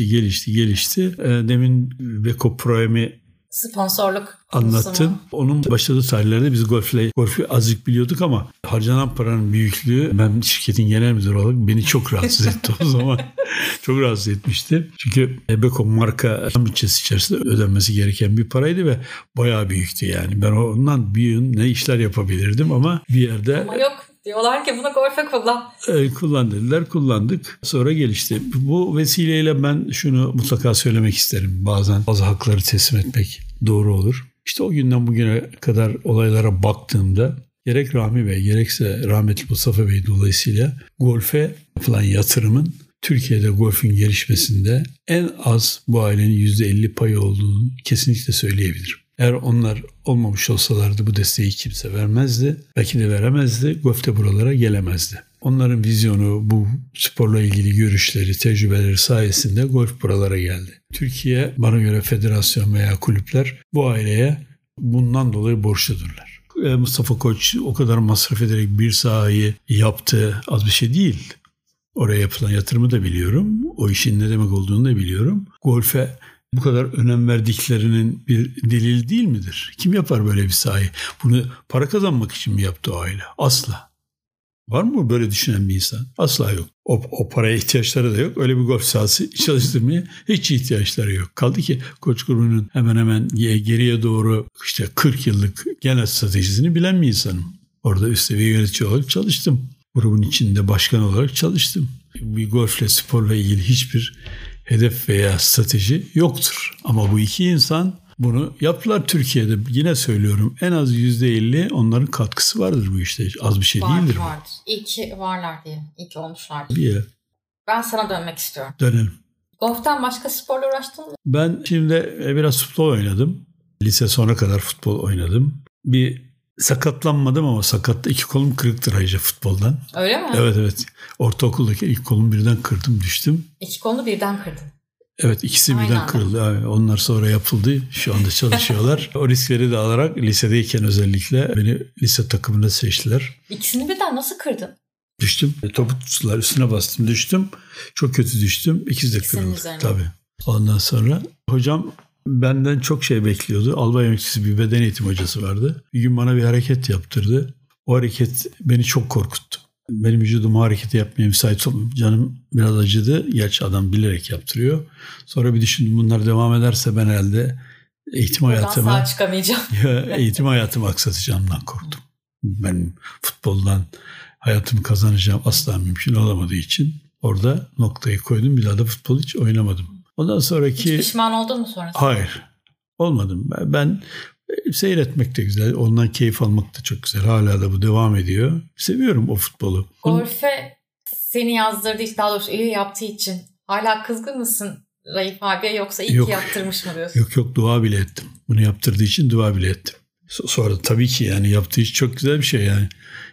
gelişti. Demin Beko Pro'mi sponsorluk anlattın. Onun başladığı tarihlerde biz golfü azıcık biliyorduk ama harcanan paranın büyüklüğü, ben şirketin genel müdürü olarak beni çok rahatsız etti o zaman. Çok rahatsız etmişti. Çünkü Beko marka bütçesi içerisinde ödenmesi gereken bir paraydı ve bayağı büyüktü yani. Ben ondan ne işler yapabilirdim ama bir yerde... Ama yok. Diyorlar ki bunu golfe kullan. Kullan dediler. Kullandık. Sonra gelişti. Bu vesileyle ben şunu mutlaka söylemek isterim. Bazen bazı hakları teslim etmek doğru olur. İşte o günden bugüne kadar olaylara baktığımda gerek Rahmi Bey gerekse rahmetli Mustafa Bey dolayısıyla golfe yapılan yatırımın Türkiye'de golfün gelişmesinde en az bu ailenin %50 payı olduğunu kesinlikle söyleyebilirim. Eğer onlar olmamış olsalardı bu desteği kimse vermezdi. Belki de veremezdi. Golf de buralara gelemezdi. Onların vizyonu, bu sporla ilgili görüşleri, tecrübeleri sayesinde golf buralara geldi. Türkiye, bana göre federasyon veya kulüpler bu aileye bundan dolayı borçludurlar. Mustafa Koç o kadar masraf ederek bir sahayı yaptı, az bir şey değil. Oraya yapılan yatırımı da biliyorum. O işin ne demek olduğunu da biliyorum. Golfe bu kadar önem verdiklerinin bir delil değil midir? Kim yapar böyle bir sahayı? Bunu para kazanmak için mi yaptı o aile? Asla. Var mı böyle düşünen bir insan? Asla yok. O paraya ihtiyaçları da yok. Öyle bir golf sahası çalıştırmaya hiç ihtiyaçları yok. Kaldı ki Koç grubunun hemen hemen geriye doğru işte 40 yıllık genel stratejisini bilen bir insanım. Orada üst seviye yönetici olarak çalıştım. Grubun içinde başkan olarak çalıştım. Bir golfle, sporla ilgili hiçbir hedef veya strateji yoktur. Ama bu iki insan bunu yaptılar Türkiye'de. Yine söylüyorum en az %50 onların katkısı vardır bu işte. Az bir şey değildir. Vardır. İyi ki varlar diye. İyi ki olmuşlardır. Ben sana dönmek istiyorum. Dönelim. Golf'ten başka sporla uğraştın mı? Ben şimdi biraz futbol oynadım. Lise sona kadar futbol oynadım. Bir sakatlanmadım ama iki kolum kırıktır ayrıca futboldan. Öyle mi? Evet. Ortaokuldaki ilk kolumu birden kırdım, düştüm. İki kolunu birden kırdın. Evet, ikisi birden kırıldı. Onlar sonra yapıldı. Şu anda çalışıyorlar. O riskleri de alarak lisedeyken özellikle beni lise takımına seçtiler. İkisini birden nasıl kırdın? Düştüm. Topu tuttular. Üstüne bastım. Düştüm. Çok kötü düştüm. İkisi de kırıldı. Tabii. Ondan sonra hocam benden çok şey bekliyordu. Albay emekçisi bir beden eğitim hocası vardı. Bir gün bana bir hareket yaptırdı. O hareket beni çok korkuttu. Benim vücudum hareketi yapmaya müsait olmuyor. Canım biraz acıdı. Gerçi adam bilerek yaptırıyor. Sonra bir düşündüm bunlar devam ederse ben herhalde eğitim hayatımı aksatacağımdan korktum. Ben futboldan hayatımı kazanacağım asla mümkün olamadığı için orada noktayı koydum. Bir daha da futbol hiç oynamadım. Ondan sonraki... Hiç pişman oldun mu sonrasında? Hayır. Olmadım. Ben seyretmek de güzel. Ondan keyif almak da çok güzel. Hala da bu devam ediyor. Seviyorum o futbolu. Golfe seni yazdırdığı için, daha doğrusu iyi yaptığı için hala kızgın mısın Raif abiye, yoksa iyi ki yaptırmış mı diyorsun? Yok, dua bile ettim. Bunu yaptırdığı için dua bile ettim. Sonra tabii ki yani yaptığı iş çok güzel bir şey yani.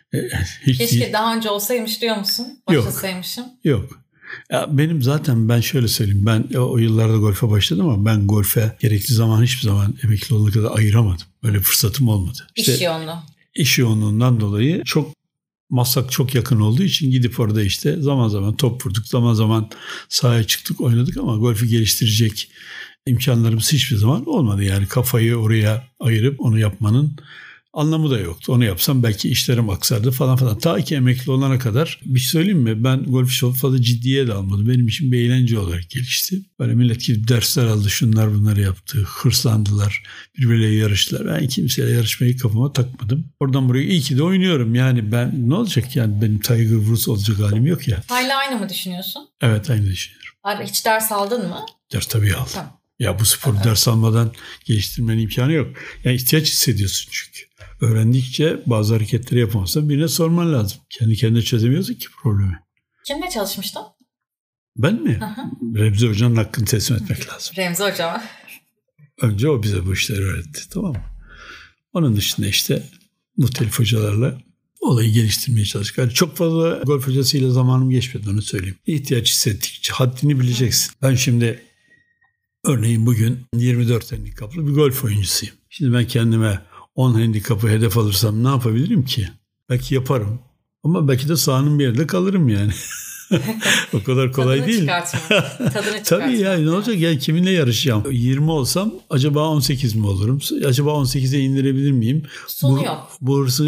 Keşke daha önce olsaymış diyor musun? Başlasaymışım. Yok. Ya ben şöyle söyleyeyim. Ben o yıllarda golfe başladım ama ben golfe gerekli zaman hiçbir zaman emekli olduğuna kadar ayıramadım. Böyle fırsatım olmadı. İş yoğunluğu. İş yoğunluğundan dolayı Maslak çok yakın olduğu için gidip orada işte zaman zaman top vurduk, zaman zaman sahaya çıktık, oynadık ama golfü geliştirecek imkanlarımız hiçbir zaman olmadı. Yani kafayı oraya ayırıp onu yapmanın anlamı da yoktu. Onu yapsam belki işlerim aksardı falan. Ta ki emekli olana kadar bir şey söyleyeyim mi? Ben golfü çok fazla ciddiye de almadım. Benim için bir eğlence olarak gelişti. Böyle millet gidip dersler aldı, şunlar bunları yaptı. Hırslandılar, birbirleriyle yarıştılar. Ben kimseyle yarışmayı kafama takmadım. Oradan buraya iyi ki de oynuyorum. Yani ben ne olacak yani, benim Tiger Woods olacak halim yok ya. Hala aynı mı düşünüyorsun? Evet, aynı düşünüyorum. Hiç ders aldın mı? Ders tabii aldım. Tamam. Ya bu sporu ders almadan geliştirmenin imkanı yok. Yani ihtiyaç hissediyorsun çünkü. Öğrendikçe bazı hareketleri yapamazsan birine sorman lazım. Kendi kendine çözemiyorsun ki problemi. Kimle çalışmıştın? Ben mi? Remzi Hoca'nın hakkını teslim etmek lazım. Remzi Hoca mı? Önce o bize bu işleri öğretti. Tamam mı? Onun dışında işte muhtelif hocalarla olayı geliştirmeye çalıştık. Yani çok fazla golf hocasıyla zamanım geçmedi, onu söyleyeyim. İhtiyaç hissettikçe haddini bileceksin. Ben şimdi örneğin bugün 24 handikaplı bir golf oyuncusuyum. Şimdi ben kendime 10 handikapı hedef alırsam ne yapabilirim ki? Belki yaparım. Ama belki de sahanın bir yerinde kalırım yani. O kadar kolay değil. Tadını çıkartma. Tabii yani ne olacak? Yani kiminle yarışacağım? 20 olsam acaba 18 mi olurum? Acaba 18'e indirebilir miyim? Sonu yok.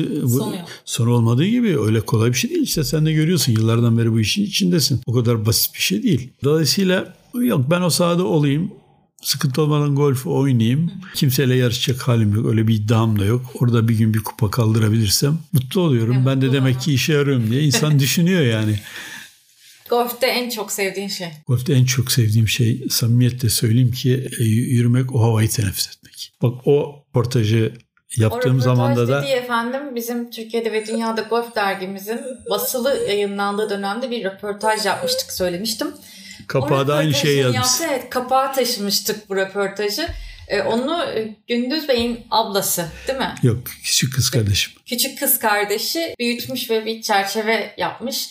Sonu olmadığı gibi öyle kolay bir şey değil. İşte sen de görüyorsun, yıllardan beri bu işin içindesin. O kadar basit bir şey değil. Dolayısıyla yok, ben o sahada olayım. Sıkıntı olmadan golf oynayayım. Kimseyle yarışacak halim yok. Öyle bir iddiam da yok. Orada bir gün bir kupa kaldırabilirsem mutlu oluyorum. Ben de demek ki işe yarıyorum diye insan düşünüyor yani. Golf'te en çok sevdiğin şey? Golf'te en çok sevdiğim şey, samimiyetle söyleyeyim ki, yürümek, o havayı teneffüs etmek. Bak o röportajı yaptığım zamanda da... efendim bizim Türkiye'de ve Dünyada Golf dergimizin basılı yayınlandığı dönemde bir röportaj yapmıştık, söylemiştim. Kapağı da aynı şeyi yazmış. Evet, kapağa taşımıştık bu röportajı. Onu Gündüz Bey'in ablası değil mi? Yok, küçük kız kardeşim. Küçük kız kardeşi büyütmüş ve bir çerçeve yapmış.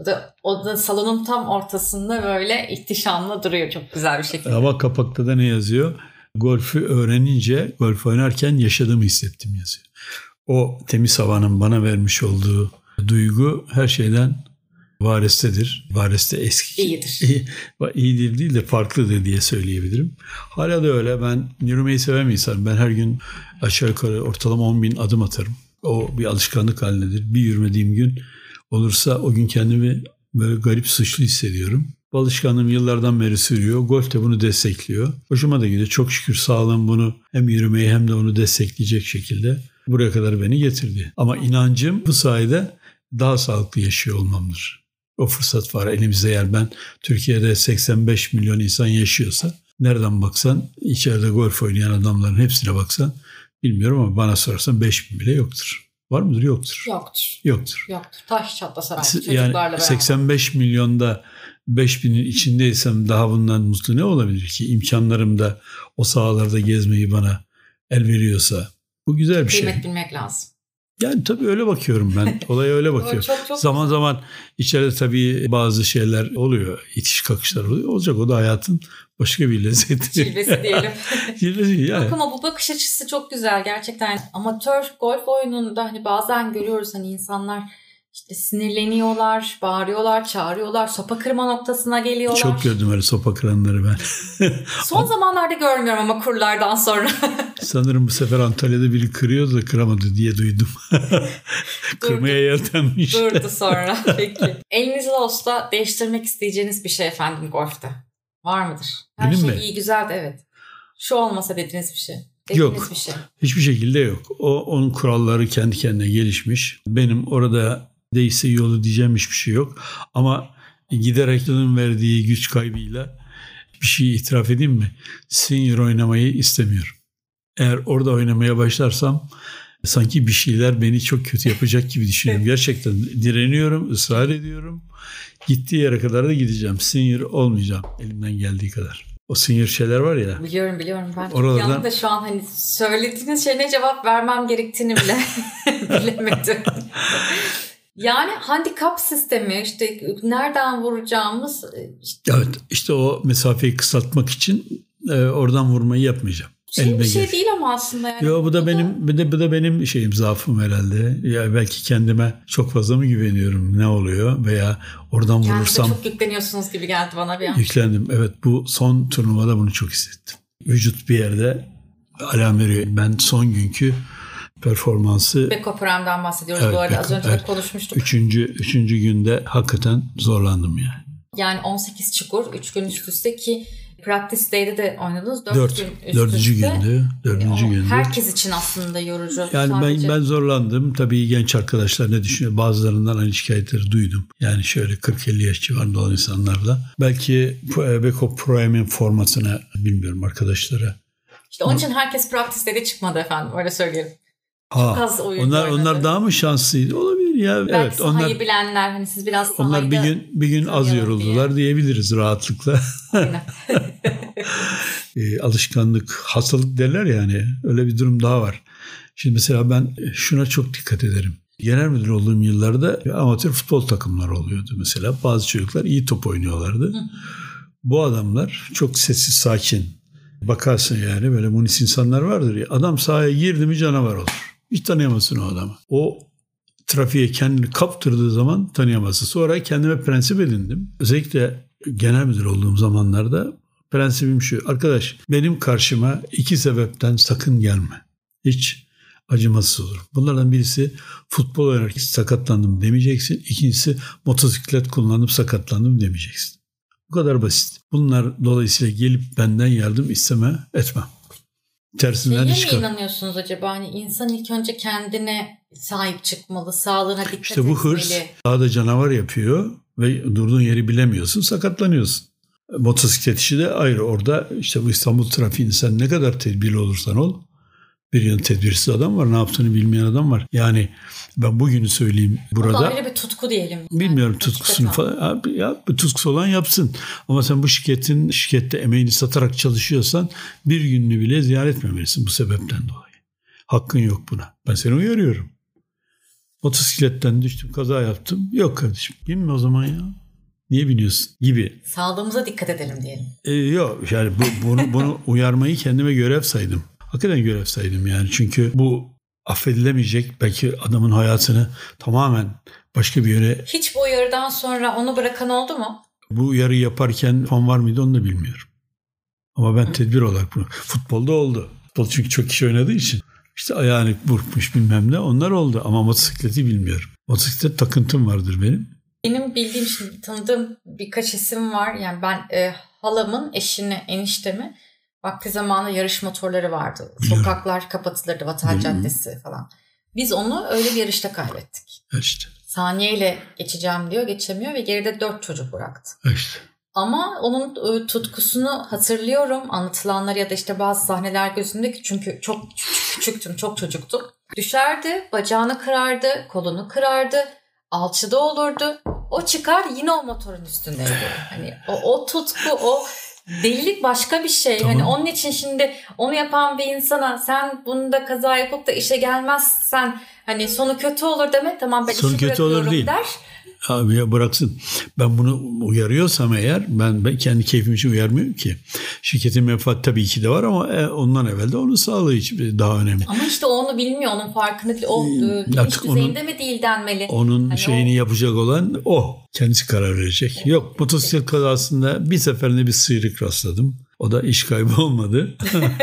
O da salonun tam ortasında böyle ihtişamlı duruyor, çok güzel bir şekilde. Ama kapakta da ne yazıyor? Golfü öğrenince, golf oynarken yaşadığımı hissettim yazıyor. O temiz havanın bana vermiş olduğu duygu her şeyden varestedir. Vareste eski. İyidir. İyidir değil de farklıdır diye söyleyebilirim. Hala da öyle. Ben yürümeyi seven bir insanım. Ben her gün aşağı yukarı ortalama 10.000 adım atarım. O bir alışkanlık halindedir. Bir yürümediğim gün olursa o gün kendimi böyle garip, suçlu hissediyorum. Bu alışkanlığım yıllardan beri sürüyor. Golf de bunu destekliyor. Hoşuma da gidiyor. Çok şükür sağlığım bunu hem yürümeyi hem de onu destekleyecek şekilde buraya kadar beni getirdi. Ama inancım bu sayede daha sağlıklı yaşıyor olmamdır. O fırsat var elimizde. Yani ben Türkiye'de 85 milyon insan yaşıyorsa nereden baksan, içeride golf oynayan adamların hepsine baksan, bilmiyorum ama bana sorarsan 5.000 bile yoktur. Var mıdır? Yoktur. Yoktur. Taş çatlasa belki yani 85 milyonda 5.000'in içindeysem daha bundan mutlu ne olabilir ki? İmkanlarım da o sahalarda gezmeyi bana el veriyorsa bu güzel bir şey. Kıymet bilmek lazım. Yani tabii öyle bakıyorum ben. Olaya öyle bakıyorum. çok zaman zaman içeride tabii bazı şeyler oluyor. İtiş kakışlar oluyor. Olacak, o da hayatın başka bir lezzeti. Cilvesi diyelim. Cilvesi yani. Yok ama bu bakış açısı çok güzel gerçekten. Amatör golf oyununda hani bazen görüyoruz hani insanlar işte sinirleniyorlar, bağırıyorlar, çağırıyorlar, sopa kırma noktasına geliyorlar. Çok gördüm öyle sopa kıranları ben. Son zamanlarda görmüyorum ama kurlardan sonra. Sanırım bu sefer Antalya'da biri kırıyordu da kıramadı diye duydum. Kırmaya yeltenmiş. Durdu sonra. Peki. Elinizle olsa değiştirmek isteyeceğiniz bir şey efendim golfte var mıdır? Her benim şey mi? iyi, güzeldi, evet. Şu olmasa dediğiniz bir şey. Yok. Bir şey. Hiçbir şekilde yok. Onun kuralları kendi kendine gelişmiş. Benim orada değişse yolu diyeceğim hiçbir şey yok. Ama giderek onun verdiği güç kaybıyla bir şey itiraf edeyim mi? Senior oynamayı istemiyorum. Eğer orada oynamaya başlarsam sanki bir şeyler beni çok kötü yapacak gibi düşünüyorum. Gerçekten direniyorum, ısrar ediyorum. Gittiği yere kadar da gideceğim. Senior olmayacağım elimden geldiği kadar. O senior şeyler var ya. Biliyorum. Ben oralardan... yanında şu an hani söylediğiniz şeyine cevap vermem gerektiğini bile bilemedim. Yani handikap sistemi işte nereden vuracağımız. Evet işte o mesafeyi kısaltmak için oradan vurmayı yapmayacağım. Bir şey değil ama aslında yani. Yo, bu da benim şeyim, zaafım herhalde. Ya belki kendime çok fazla mı güveniyorum, ne oluyor veya oradan vurursam. Kendinize çok yükleniyorsunuz gibi geldi bana bir an. Yüklendim. Evet, bu son turnuvada bunu çok hissettim. Vücut bir yerde alarm veriyor. Ben son günkü performansı. Beko Prem'den bahsediyoruz bu arada. Az önce de konuşmuştuk. Üçüncü günde hakikaten zorlandım yani. Yani 18 çukur 3 gün üst üste ki Practice Day'de de oynadınız. 4 gün üst Dördüncü üste. gündü. Herkes için aslında yorucu. Yani sadece. ben zorlandım. Tabii genç arkadaşlar ne düşünüyor? Bazılarından aynı şikayetleri duydum. Yani şöyle 40-50 yaş civarında olan insanlarla. Belki Beko Pro'nun formasına bilmiyorum arkadaşlara. İşte onun için herkes Practice Day'de çıkmadı efendim. Öyle söyleyelim. Çok az oyuncu onlar daha mı şanslıydı? Olabilir ya. Belki evet, sahayı bilenler hani siz biraz sahayı. Onlar bir gün az yoruldular diye. Diyebiliriz rahatlıkla. Aynen. Alışkanlık, hastalık derler yani. Öyle bir durum daha var. Şimdi mesela ben şuna çok dikkat ederim. Genel müdür olduğum yıllarda amatör futbol takımları oluyordu mesela. Bazı çocuklar iyi top oynuyorlardı. Bu adamlar çok sessiz, sakin. Bakarsın yani böyle munis insanlar vardır ya. Adam sahaya girdi mi canavar olur. Hiç tanıyamazsın o adamı. O trafiğe kendini kaptırdığı zaman tanıyamazsın. Sonra kendime prensip edindim. Özellikle genel müdür olduğum zamanlarda prensibim şu. Arkadaş, benim karşıma 2 sebepten sakın gelme. Hiç acımasız olur. Bunlardan birisi futbol oynarken sakatlandım demeyeceksin. İkincisi motosiklet kullanıp sakatlandım demeyeceksin. Bu kadar basit. Bunlar dolayısıyla gelip benden yardım etmem. Tersinden hiç mi inanıyorsunuz acaba? Hani insan ilk önce kendine sahip çıkmalı, sağlığına dikkat etmeli. İşte bu hırs sahada canavar yapıyor ve durduğun yeri bilemiyorsun, sakatlanıyorsun. Motosiklet işi de ayrı. Orada işte bu İstanbul trafiğinde sen ne kadar tedbirli olursan ol, bir yıl tedbirsiz adam var, ne yaptığını bilmeyen adam var. Yani ben bugünü söyleyeyim burada. O da öyle bir tutku diyelim. Bilmiyorum tutkusunu falan. Ya, bu tutkusu olan yapsın. Ama sen bu şirkette emeğini satarak çalışıyorsan bir gününü bile ziyaret etmemelisin bu sebepten dolayı. Hakkın yok buna. Ben seni uyarıyorum. Motosikletten düştüm, kaza yaptım. Yok kardeşim, binme o zaman ya. Niye biniyorsun gibi. Sağlığımıza dikkat edelim diyelim. Yok yani bunu uyarmayı kendime görev saydım. Hakikaten görev saydım yani. Çünkü bu affedilemeyecek, belki adamın hayatını tamamen başka bir yöne... Hiç bu uyarıdan sonra onu bırakan oldu mu? Bu uyarı yaparken fan var mıydı onu da bilmiyorum. Ama ben tedbir olarak bunu... Futbolda oldu. Futbol çünkü çok kişi oynadığı için. İşte ayağını burkmuş bilmem ne, onlar oldu. Ama motosikleti bilmiyorum. Motosiklet takıntım vardır benim. Benim bildiğim, şimdi tanıdığım birkaç isim var. Yani ben halamın eşini, eniştemi vakti zamanında yarış motorları vardı. Sokaklar kapatılırdı, Vatan Caddesi falan. Biz onu öyle bir yarışta kaybettik. İşte. Saniyeyle geçeceğim diyor, geçemiyor ve geride 4 çocuk bıraktı. İşte. Ama onun tutkusunu hatırlıyorum, anlatılanlar ya da işte bazı sahneler gözümde, çünkü çok küçüktüm, çok çocuktum. Düşerdi, bacağını kırardı, kolunu kırardı, alçıda olurdu. O çıkar yine o motorun üstündeydi. Hani o tutku, o delilik başka bir şey. Tamam. Hani onun için şimdi onu yapan bir insana sen bunda kaza yapıp da işe gelmezsen hani sonu kötü olur demek, tamam ben sonu işi bırakıyorum der. Abi ya bıraksın. Ben bunu uyarıyorsam eğer, ben kendi keyfim için uyarmıyorum ki. Şirketin menfaati tabii ki de var ama ondan evvel de onun sağlığı için daha önemli. Ama işte onu bilmiyor, onun farkında değil. O bilinç düzeyinde mi değil denmeli. Onun hani şeyini yapacak olan o. Kendisi karar verecek. Evet. Yok, motosiklet kazasında bir seferinde bir sıyrık rastladım. O da iş kaybı olmadı.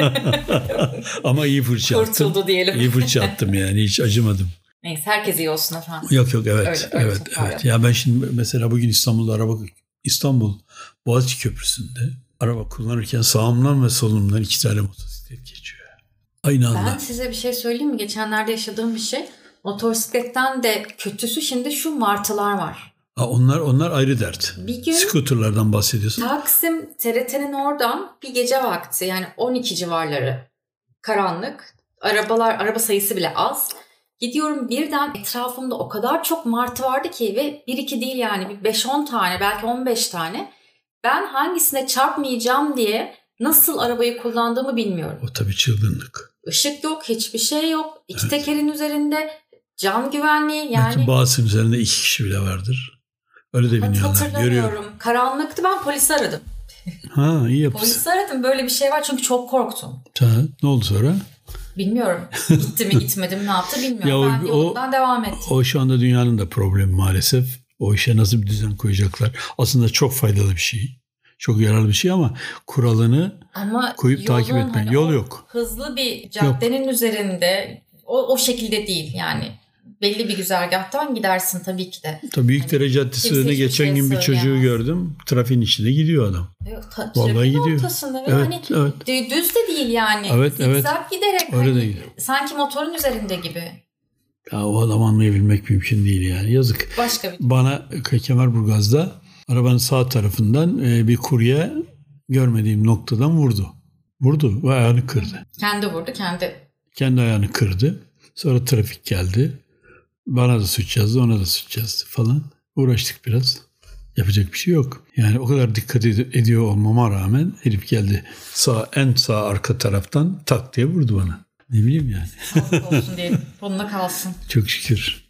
Ama iyi fırça attım. Kurtuldu diyelim. İyi fırça attım yani, hiç acımadım. Neyse, herkes iyi olsun efendim. Yok evet. Öyle evet. Ya ben şimdi mesela bugün İstanbul Boğaziçi Köprüsü'nde araba kullanırken sağımdan ve solumdan 2 tane motosiklet geçiyor. Aynı anda. Ben size bir şey söyleyeyim mi? Geçenlerde yaşadığım bir şey. Motosikletten de kötüsü şimdi şu martılar var. Onlar ayrı dert. Bir gün Scooter'lardan bahsediyorsun. Taksim TRT'nin oradan bir gece vakti, yani 12 civarları, karanlık, araba sayısı bile az. Gidiyorum, birden etrafımda o kadar çok martı vardı ki ve 1-2 değil yani 5-10 tane, belki 15 tane. Ben hangisine çarpmayacağım diye nasıl arabayı kullandığımı bilmiyorum. O tabii çılgınlık. Işık yok, hiçbir şey yok. İki tekerin üzerinde, can güvenliği yani. Belki bazısının üzerinde 2 kişi bile vardır. Öyle de biniyorlar. Hatırlamıyorum. Karanlıktı, ben polisi aradım. Ha, iyi yapmışsın. Polisi aradım, böyle bir şey var çünkü çok korktum. Ne oldu sonra? Bilmiyorum. Gitti mi gitmedi mi, ne yaptı bilmiyorum. Ben yolundan devam ettim. O şu anda dünyanın da problemi maalesef. O işe nasıl bir düzen koyacaklar? Aslında çok faydalı bir şey. Çok yararlı bir şey ama kuralını koyup takip etmek. Hani yol yok. Hızlı bir caddenin üzerinde o şekilde değil yani. Belli bir güzergahtan gidersin tabii ki de. Tabii Büyükdere Caddesi önüne geçen gün bir çocuğu gördüm. Trafiğin içinde gidiyor adam. Vallahi gidiyor. Ortasında evet. Düz de değil yani. Evet. Zikzak giderek. Öyle değil. Sanki motorun üzerinde gibi. Ya o adam anlayabilmek mümkün değil yani. Yazık. Başka bir. Bana Kemerburgaz'da arabanın sağ tarafından bir kurye görmediğim noktadan vurdu. Vurdu ve ayağını kırdı. Kendi vurdu, kendi ayağını kırdı. Sonra trafik geldi. Bana da suç yazdı, ona da suç yazdı falan. Uğraştık biraz. Yapacak bir şey yok. Yani o kadar dikkat ediyor olmama rağmen herif geldi en sağ arka taraftan tak diye vurdu bana. Ne bileyim yani. Sağlık olsun diyelim. Bununla kalsın. Çok şükür.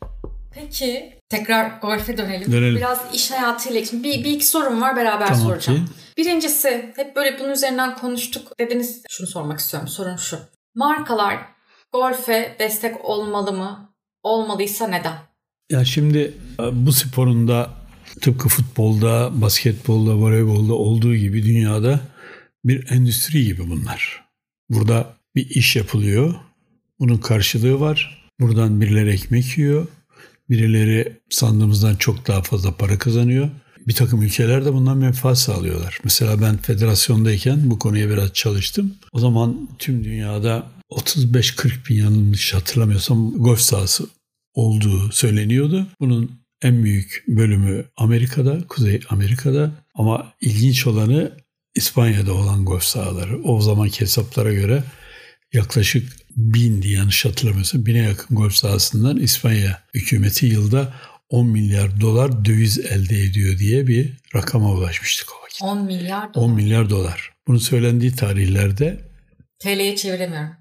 Peki tekrar golfe dönelim. Biraz iş hayatıyla ilgili bir iki sorum var, beraber soracağım. Ki. Birincisi, hep böyle bunun üzerinden konuştuk dediniz. Şunu sormak istiyorum. Sorun şu. Markalar golfe destek olmalı mı? Olmalıysa neden? Ya şimdi bu sporun da tıpkı futbolda, basketbolda, voleybolda olduğu gibi dünyada bir endüstri gibi bunlar. Burada bir iş yapılıyor. Bunun karşılığı var. Buradan birileri ekmek yiyor. Birileri sandığımızdan çok daha fazla para kazanıyor. Bir takım ülkeler de bundan menfaat sağlıyorlar. Mesela ben federasyondayken bu konuya biraz çalıştım. O zaman tüm dünyada 35-40 bin, yanlış hatırlamıyorsam, golf sahası olduğu söyleniyordu. Bunun en büyük bölümü Amerika'da, Kuzey Amerika'da, ama ilginç olanı İspanya'da olan golf sahaları. O zamanki hesaplara göre yaklaşık 1000'di, yanlış hatırlamıyorsam, 1000'e yakın golf sahasından İspanya hükümeti yılda 10 milyar dolar döviz elde ediyor diye bir rakama ulaşmıştık o vakit. 10 milyar dolar. 10 milyar dolar. Bunun söylendiği tarihlerde TL'ye çeviremiyorum.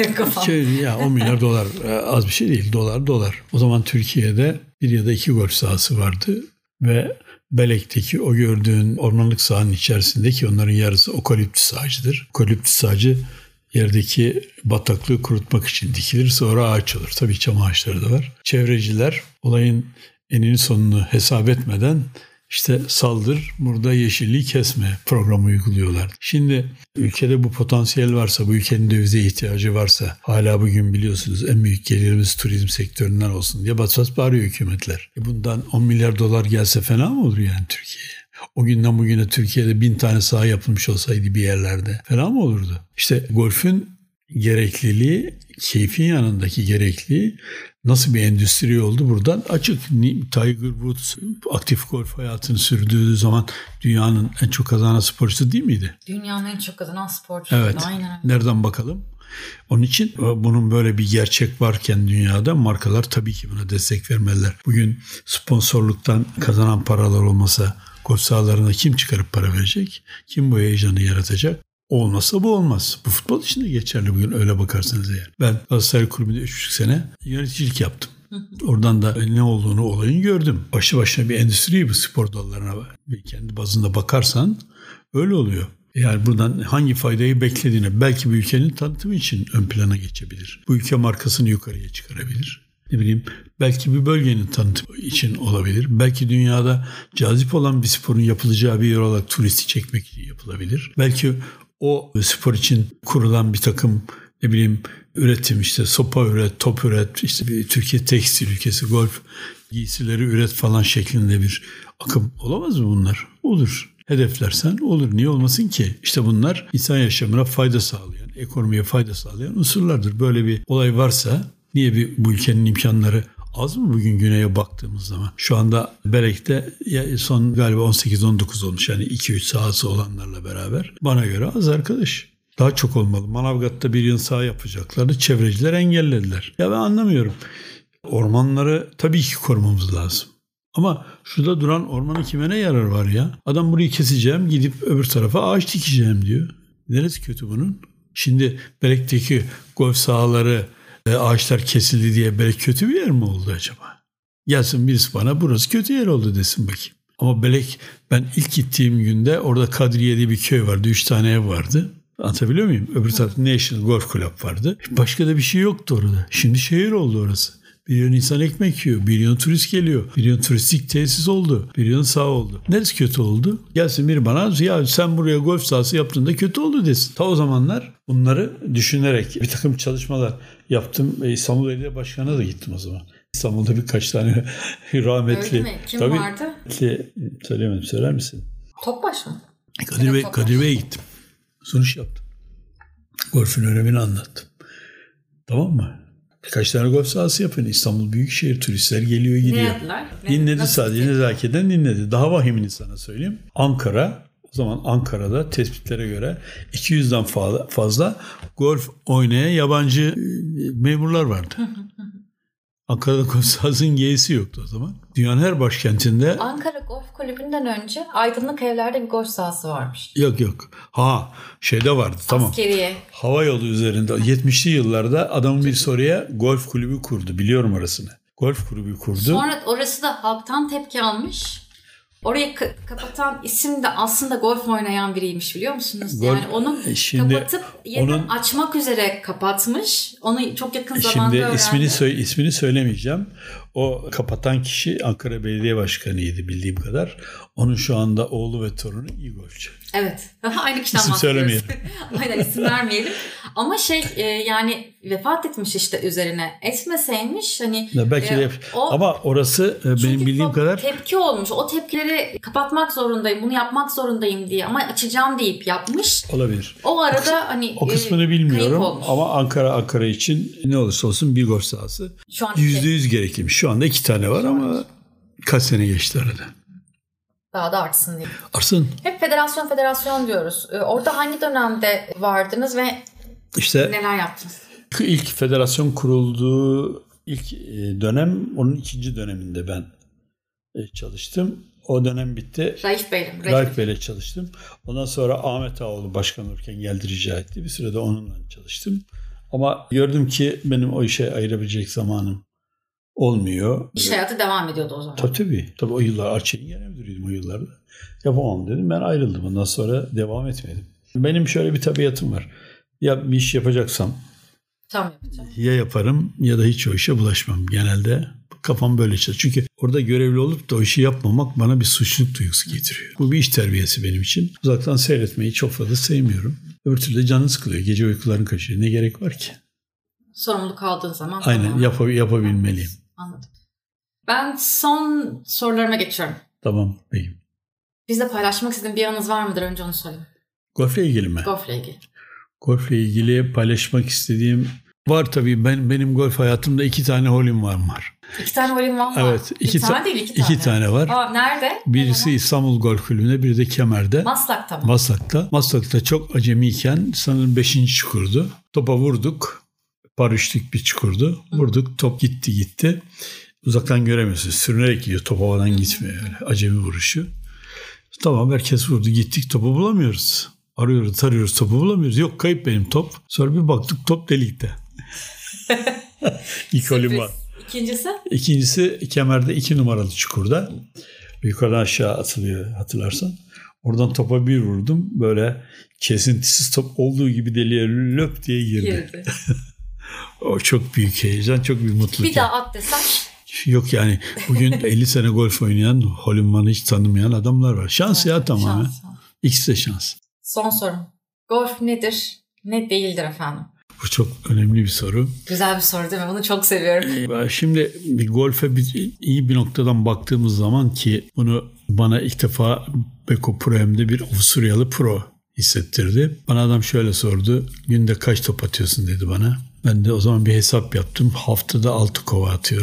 Ya 10 milyar dolar az bir şey değil. Dolar. O zaman Türkiye'de 1 ya da 2 golf sahası vardı ve Belek'teki o gördüğün ormanlık sahanın içerisindeki onların yarısı okaliptüs ağacıdır. Okaliptüs ağacı yerdeki bataklığı kurutmak için dikilir, sonra ağaç olur. Tabii çam ağaçları da var. Çevreciler olayın enini sonunu hesap etmeden işte saldır, burada yeşilliği kesme programı uyguluyorlar. Şimdi ülkede bu potansiyel varsa, bu ülkenin dövize ihtiyacı varsa, hala bugün biliyorsunuz en büyük gelirimiz turizm sektöründen olsun diye bas bas bağırıyor hükümetler. Bundan 10 milyar dolar gelse fena mı olur yani Türkiye'ye? O günden bugüne Türkiye'de 1000 tane saha yapılmış olsaydı bir yerlerde fena mı olurdu? İşte golfün gerekliliği, keyfin yanındaki gerekliliği nasıl bir endüstri oldu buradan açık. Tiger Woods aktif golf hayatını sürdüğü zaman dünyanın en çok kazanan sporcusu değil miydi? Dünyanın en çok kazanan sporcusu. Evet. Aynen. Nereden bakalım? Onun için bunun böyle bir gerçek varken dünyada markalar tabii ki buna destek vermeliler. Bugün sponsorluktan kazanan paralar olmasa golf sahalarına kim çıkarıp para verecek? Kim bu heyecanı yaratacak? Olmazsa bu olmaz. Bu futbol için de geçerli bugün, öyle bakarsanız eğer. Ben Galatasaray Kulübü'nde 3,5 sene yöneticilik yaptım. Oradan da ne olduğunu, olayını gördüm. Başlı başına bir endüstri bu spor dallarına. Kendi bazında bakarsan öyle oluyor. Yani buradan hangi faydayı beklediğine, belki bu ülkenin tanıtımı için ön plana geçebilir. Bu ülke markasını yukarıya çıkarabilir. Ne bileyim, belki bir bölgenin tanıtımı için olabilir. Belki dünyada cazip olan bir sporun yapılacağı bir yer olarak turisti çekmek için yapılabilir. Belki o spor için kurulan bir takım üretim, işte sopa üret, top üret, işte bir Türkiye tekstil ülkesi, golf giysileri üret falan şeklinde bir akım olamaz mı bunlar? Olur. Hedeflersen olur. Niye olmasın ki? İşte bunlar insan yaşamına fayda sağlayan, ekonomiye fayda sağlayan unsurlardır. Böyle bir olay varsa niye bu ülkenin imkanları Az mı bugün güneye baktığımız zaman? Şu anda Belek'te son galiba 18-19 olmuş. Yani 2-3 sahası olanlarla beraber. Bana göre az arkadaş. Daha çok olmalı. Manavgat'ta bir yıl saha yapacaklardı. Çevreciler engellediler. Ya ben anlamıyorum. Ormanları tabii ki korumamız lazım. Ama şurada duran ormanın kime ne yarar var ya? Adam burayı keseceğim, gidip öbür tarafa ağaç dikeceğim diyor. Neresi kötü bunun? Şimdi Belek'teki golf sahaları, ağaçlar kesildi diye Belek kötü bir yer mi oldu acaba? Gelsin birisi bana burası kötü yer oldu desin bakayım. Ama Belek, ben ilk gittiğim günde orada Kadriye diye bir köy vardı. 3 tane ev vardı. Anlatabiliyor muyum? Öbür tarafta National Golf Club vardı. Başka da bir şey yoktu orada. Şimdi şehir oldu orası. Bir yön insan ekmek yiyor. Bir yön turist geliyor. Bir yön turistik tesis oldu. Bir yön saha oldu. Neresi kötü oldu? Gelsin biri bana ya sen buraya golf sahası yaptığında kötü oldu desin. Ta o zamanlar bunları düşünerek bir takım çalışmalar yaptım. İstanbul Belediye Başkanı'na da gittim o zaman. İstanbul'da birkaç tane rahmetli. Öyle mi? Kim tabii, vardı? Söylemedim. Söyler misin? Topbaş mı? Kadir Bey'e gittim. Sunuş yaptım. Golfün önemini anlattım. Tamam mı? Birkaç tane golf sahası yapın. İstanbul Büyükşehir, turistler geliyor gidiyor. Ne yaptılar? Dinledi sadece, nezaketen dinledi. Daha vahimini sana söyleyeyim. Ankara, o zaman Ankara'da tespitlere göre 200'den fazla golf oynayan yabancı memurlar vardı. Ankara'da golf sahasının G'si yoktu o zaman. Dünyanın her başkentinde... Ankara Golf Kulübü'nden önce Aydınlık Evler'de bir golf sahası varmış. Yok. Şeyde vardı, tamam. Askeriye. Hava yolu üzerinde 70'li yıllarda adamın bir soruya golf kulübü kurdu. Biliyorum orasını. Golf kulübü kurdu. Sonra orası da halktan tepki almış. Orayı kapatan isim de aslında golf oynayan biriymiş, biliyor musunuz? Yani onu kapatıp yeniden açmak üzere kapatmış. Onu çok yakın zamanda öğrendim. Şimdi ismini söylemeyeceğim. O kapatan kişi Ankara Belediye Başkanı'ydı bildiğim kadar. Onun şu anda oğlu ve torunu iyi golfçü. Evet. Aynı kişiden İsim söylemeyelim. Aynen, isim vermeyelim. Ama yani vefat etmiş işte üzerine. Etmeseymiş hani. Belki de ama orası benim bildiğim kadar. Tepki olmuş. O tepkileri kapatmak zorundayım, bunu yapmak zorundayım diye ama açacağım deyip yapmış. Olabilir. O arada o kısmını bilmiyorum ama Ankara için ne olursa olsun bir golf sahası %100 gerekliymiş. Şu anda 2 tane var ama kaç sene geçti arada. Daha da artsın diye. Artsın. Hep federasyon diyoruz. Orada hangi dönemde vardınız ve neler yaptınız? İlk federasyon kurulduğu ilk dönem, onun 2. döneminde ben çalıştım. O dönem bitti. Raif Bey'le çalıştım. Ondan sonra Ahmet Ağoğlu başkan olurken geldi, rica etti. Bir sürede onunla çalıştım. Ama gördüm ki benim o işe ayırabilecek zamanım olmuyor. İş hayatı devam ediyordu o zaman. Tabii. O yıllar Arçelik'in genel müdürüydüm o yıllarda. Yapamam dedim. Ben ayrıldım. Ondan sonra devam etmedim. Benim şöyle bir tabiatım var. Ya bir iş yapacaksam ya yaparım ya da hiç o işe bulaşmam. Genelde kafam böyle çalışıyor. Çünkü orada görevli olup da o işi yapmamak bana bir suçluluk duygusu getiriyor. Bu bir iş terbiyesi benim için. Uzaktan seyretmeyi çok fazla sevmiyorum. Öbür türlü canın sıkılıyor. Gece uykuların kaçıyor. Ne gerek var ki? Sorumluluk aldığın zaman. Aynen, yapabilmeliyim. Anladım. Ben son sorularıma geçiyorum. Tamam, beyim. Bizle paylaşmak istediğin bir anınız var mıdır? Önce onu söyleyeyim. Golfle ilgili mi? Golfle ilgili. Golfle ilgili paylaşmak istediğim var tabii. Benim golf hayatımda 2 tane hole-in-one var. 2 tane hole-in-one var. Evet. 2 tane değil, 2 tane. 2 tane var. Nerede? Birisi İstanbul Golf Kulübü'nde, biri de Kemer'de. Maslak'ta mı? Maslak'ta çok acemiyken sanırım 5. çukurdu. Topa vurduk. Paraşütlük bir çukurdu. Vurduk. Top gitti. Uzaktan göremiyorsunuz. Sürünerek gidiyor. Top havadan gitmiyor. Öyle acemi vuruşu. Tamam, herkes vurdu. Gittik, topu bulamıyoruz. Arıyoruz, topu bulamıyoruz. Yok, kayıp benim top. Sonra bir baktık, top delikte. İlk hole-in-one. İkincisi Kemer'de 2 numaralı çukurda. Yukarıdan aşağı atılıyor, hatırlarsan. Oradan topa bir vurdum. Böyle kesintisiz top olduğu gibi deliğe löp diye girdi. O çok büyük heyecan, çok büyük mutluluk. Bir daha at desem. Yok yani bugün 50 sene golf oynayan, hole-in-one'ı hiç tanımayan adamlar var. Şans ya tamamen. İkisi de şans. Son sorum. Golf nedir, ne değildir efendim? Bu çok önemli bir soru. Güzel bir soru değil mi? Bunu çok seviyorum. Şimdi golfe iyi bir noktadan baktığımız zaman, ki bunu bana ilk defa Beko Pro-M'de bir Avusturyalı pro hissettirdi. Bana adam şöyle sordu. Günde kaç top atıyorsun dedi bana. Ben de o zaman bir hesap yaptım. Haftada 6 kova atıyorum.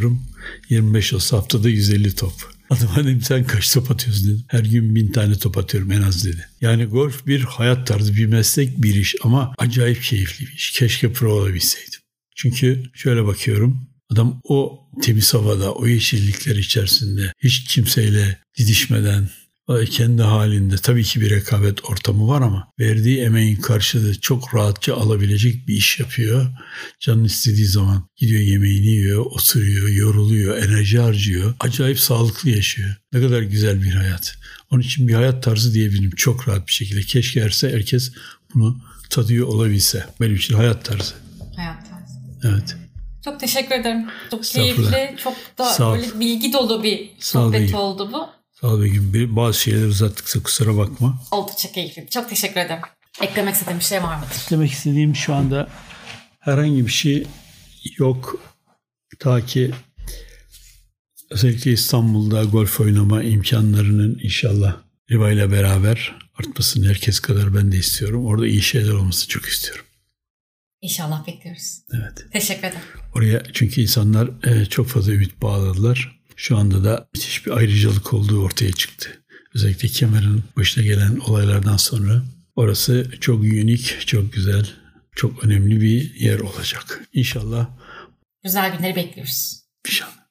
25 olsa haftada 150 top. Adama dedim sen kaç top atıyorsun dedim. Her gün 1000 tane top atıyorum en az dedi. Yani golf bir hayat tarzı, bir meslek, bir iş ama acayip keyifli bir iş. Keşke pro olabilseydim. Çünkü şöyle bakıyorum, adam o temiz havada, o yeşillikler içerisinde hiç kimseyle didişmeden, kendi halinde tabii ki bir rekabet ortamı var ama verdiği emeğin karşılığı çok rahatça alabilecek bir iş yapıyor. Canın istediği zaman gidiyor yemeğini yiyor, oturuyor, yoruluyor, enerji harcıyor. Acayip sağlıklı yaşıyor. Ne kadar güzel bir hayat. Onun için bir hayat tarzı diyebilirim çok rahat bir şekilde. Keşke herkes bunu tadıyor olabilse. Benim için hayat tarzı. Hayat tarzı. Evet. Çok teşekkür ederim. Çok keyifli, çok da böyle bilgi dolu bir sohbet oldu bu. Sağ ol Begüm. Bazı şeyleri uzattıksa kusura bakma. Oldu, çok keyifli. Çok teşekkür ederim. Eklemek istediğim bir şey var mıdır? Eklemek istediğim şu anda herhangi bir şey yok. Ta ki özellikle İstanbul'da golf oynama imkanlarının inşallah Riva ile beraber artmasını herkes kadar ben de istiyorum. Orada iyi şeyler olmasını çok istiyorum. İnşallah bekliyoruz. Evet. Teşekkür ederim. Oraya çünkü insanlar çok fazla ümit bağladılar. Şu anda da müthiş bir ayrıcalık olduğu ortaya çıktı. Özellikle Kemer'in başına gelen olaylardan sonra orası çok unik, çok güzel, çok önemli bir yer olacak. İnşallah. Güzel günleri bekliyoruz. İnşallah.